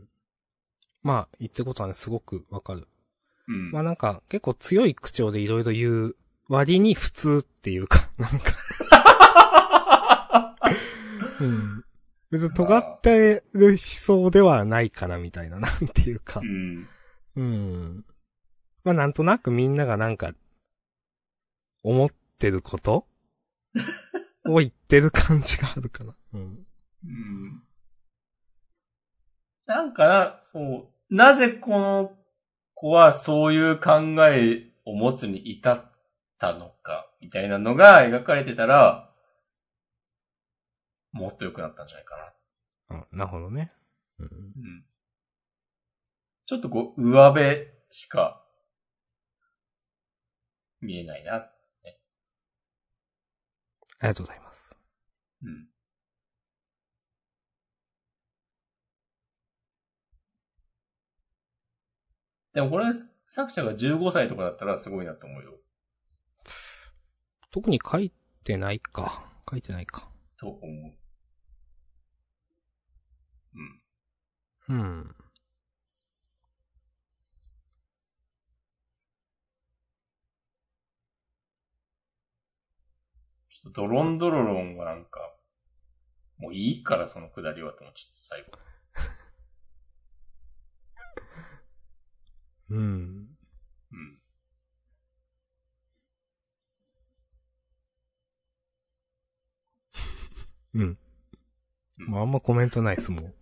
まあ、言ってることはね、すごくわかる。 うん。 まあなんか、結構強い口調でいろいろ言う割に普通っていうか、なんかうん。別に尖ってる思想ではないかな、みたいな、なんていうか。 うん。 うん。まあなんとなくみんながなんか、思ってることを言ってる感じがあるかな。うん。 うん。なんかな、そう。なぜこの子はそういう考えを持つに至ったのか、みたいなのが描かれてたら、もっと良くなったんじゃないかな。 あ、なるほどね。うん。 うん。ちょっとこう、上辺しか見えないな、ね。 ありがとうございます。 うん。でもこれ、作者がじゅうごさいとかだったらすごいなと思うよ。 特に書いてないか。書いてないか。 と思う。 うん。うん。 ちょっとドロンドロロンがなんか、もういいからそのくだりはと思っちゃって最後。 うん。 うん。 うん。まあ、あんまコメントないです、もう。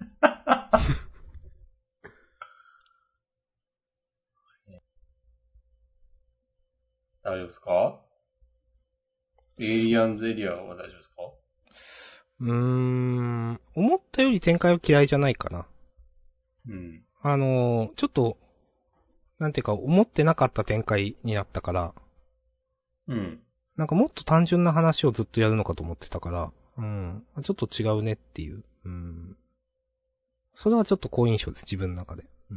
大丈夫ですか？エイリアンズエリアは大丈夫ですか？ うーん。思ったより展開は嫌いじゃないかな。 うん。 あのー、ちょっと、なんていうか、思ってなかった展開になったから、 うん。 なんかもっと単純な話をずっとやるのかと思ってたから、うん。ちょっと違うねっていう。うん。それはちょっと好印象です、自分の中で。うん。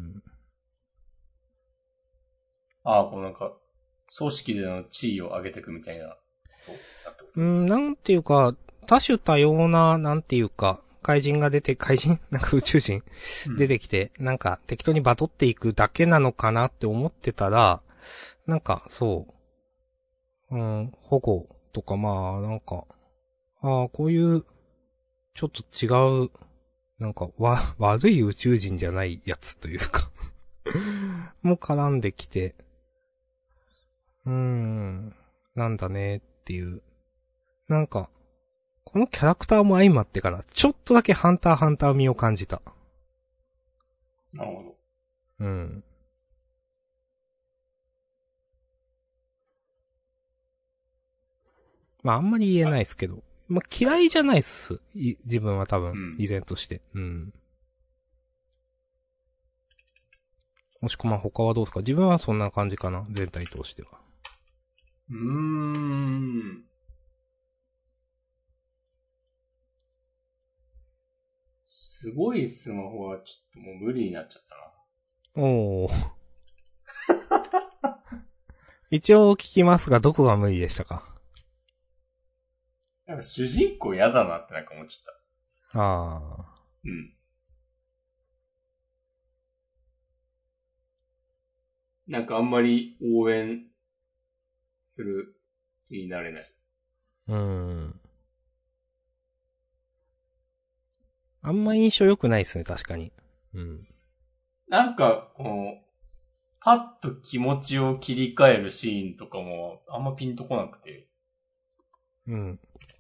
ああ、こうなんか、組織での地位を上げていくみたいなことだってこと？ うん、なんていうか、多種多様な、なんていうか、怪人が出て、怪人なんか宇宙人出てきて、なんか適当にバトっていくだけなのかなって思ってたら、なんかそう、うん、保護とかまあ、なんか、ああ、こういう、ちょっと違う、なんか、わ、悪い宇宙人じゃないやつというかも絡んできて、うーん、なんだねっていう。なんか、このキャラクターも相まってかな、ちょっとだけハンターハンター味を感じた。 なるほど。 うん。まああんまり言えないですけど。まあ嫌いじゃないっす。い自分は多分、 うん。 依然として。うん。もしくは他はどうですか？自分はそんな感じかな。全体通しては。 うーん。すごいスマホはちょっともう無理になっちゃったな。 おー。一応聞きますが、どこが無理でしたか？ なんか主人公嫌だなってなんか思っちゃった。 ああ。 うん。なんかあんまり応援する気になれない。 うーん。あんま印象良くないですね、確かに。うん。 なんか、この、パッと気持ちを切り替えるシーンとかも、あんまピンとこなくて。 うん。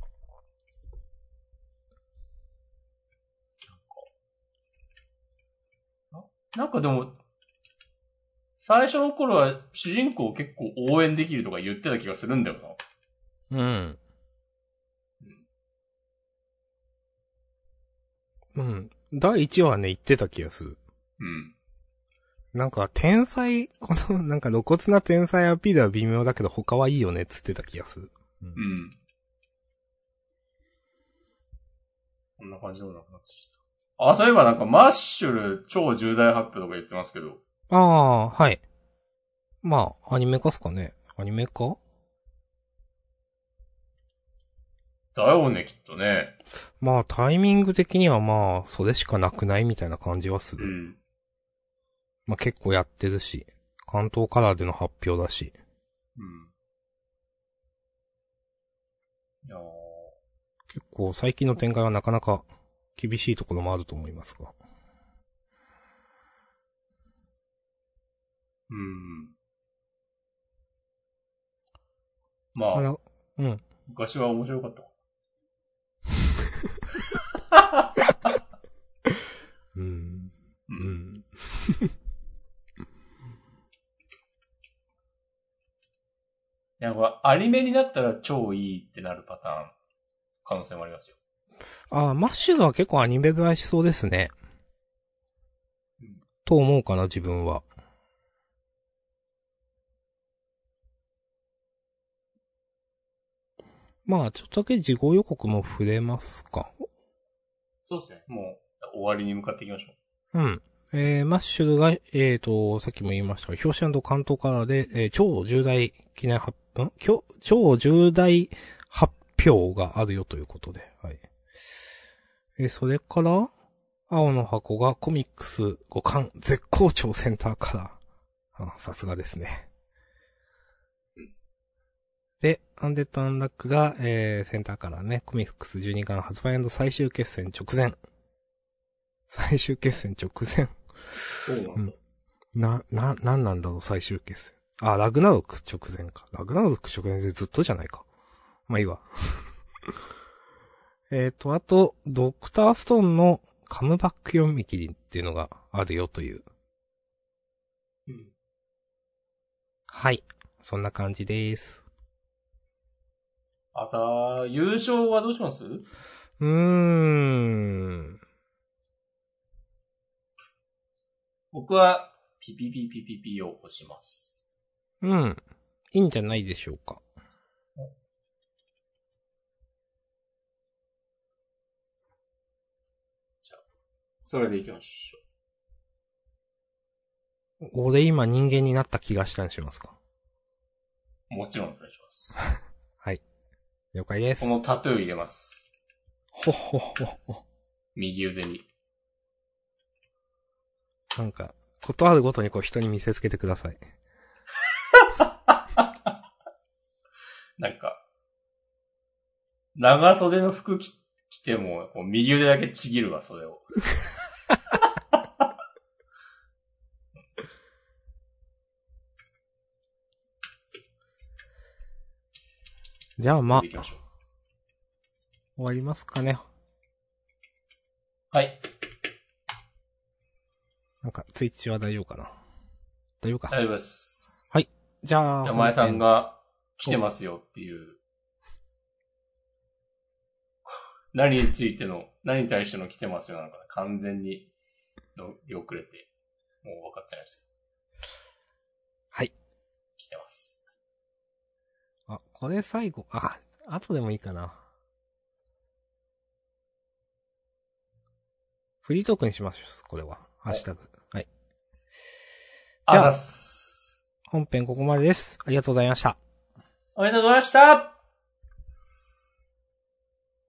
なんか、なんかでも、最初の頃は主人公を結構応援できるとか言ってた気がするんだよな。 うん。うん。だいいちわはね、言ってた気がする。 うん。 なんか、天才、この、なんか露骨な天才アピールは微妙だけど他はいいよねっつってた気がする。 うん。うん、こんな感じでもなくなってきた。あ、そういえばなんかマッシュル超重大発表とか言ってますけど。 ああ、はい。まあ、アニメ化っすかね。アニメ化だよね、きっとね。 まあ、タイミング的にはまあ、それしかなくないみたいな感じはする。 うん。 まあ結構やってるし、関東カラーでの発表だし。 うん。いやー。 結構最近の展開はなかなか厳しいところもあると思いますが。 うん。まあ、 あら、うん。 昔は面白かった。 うん。うん。 いや、これアニメになったら超いいってなるパターン、可能性もありますよ。 ああ、マッシュルは結構アニメ映えしそうですね。 うん、 と思うかな、自分は。まあ、ちょっとだけ事後予告も触れますか。 そうですね。もう、終わりに向かっていきましょうん。えー、マッシュルが、えーと、さっきも言いましたが、表紙関東カラーで、えー、超重大記念発、ん超、超重大発表があるよということで、はい。えー、それから、青の箱がコミックスごかん絶好調センターカラー。あ、さすがですね。で、アンデッド・アンラックが、えー、センターカラーね、コミックスじゅうにかん発売&最終決戦直前。最終決戦直前。 そうなんだ。 うん、な、な、なんなんだろう、最終決戦。あ、ラグナロク直前か。ラグナロク直前でずっとじゃないか。まあいいわ。えっと、あと、ドクターストーンのカムバック読み切りっていうのがあるよという。 うん。 はい。そんな感じです。 あさ、優勝はどうします？ うーん。 僕は、ピピピピピピを押します。 うん。いいんじゃないでしょうか。 じゃあ、それでいきましょう。俺今人間になった気がしたにしますか。 もちろんお願いします。 はい。了解です。 このタトゥー入れます。 ほほほほ。 右腕に。 なんか、ことあるごとにこう人に見せつけてください。 なんか、長袖の服着ても、こう右腕だけちぎるわ、袖を。 じゃあまあ、 終わりますかね。 はい。 なんか、ツイッチは大丈夫かな。大丈夫か。 大丈夫です。 はい。じゃあ、 山井さんが来てますよっていう。何についての、何に対しての来てますよなのかな。完全に乗り遅れて、もう分かってないですけど。 はい。 来てます。 あ、これ最後、あ、後でもいいかな。フリートークにします、これは。ハッシュタグ。はい。 あざっす。 本編ここまでです。ありがとうございました。 ありがとうございました。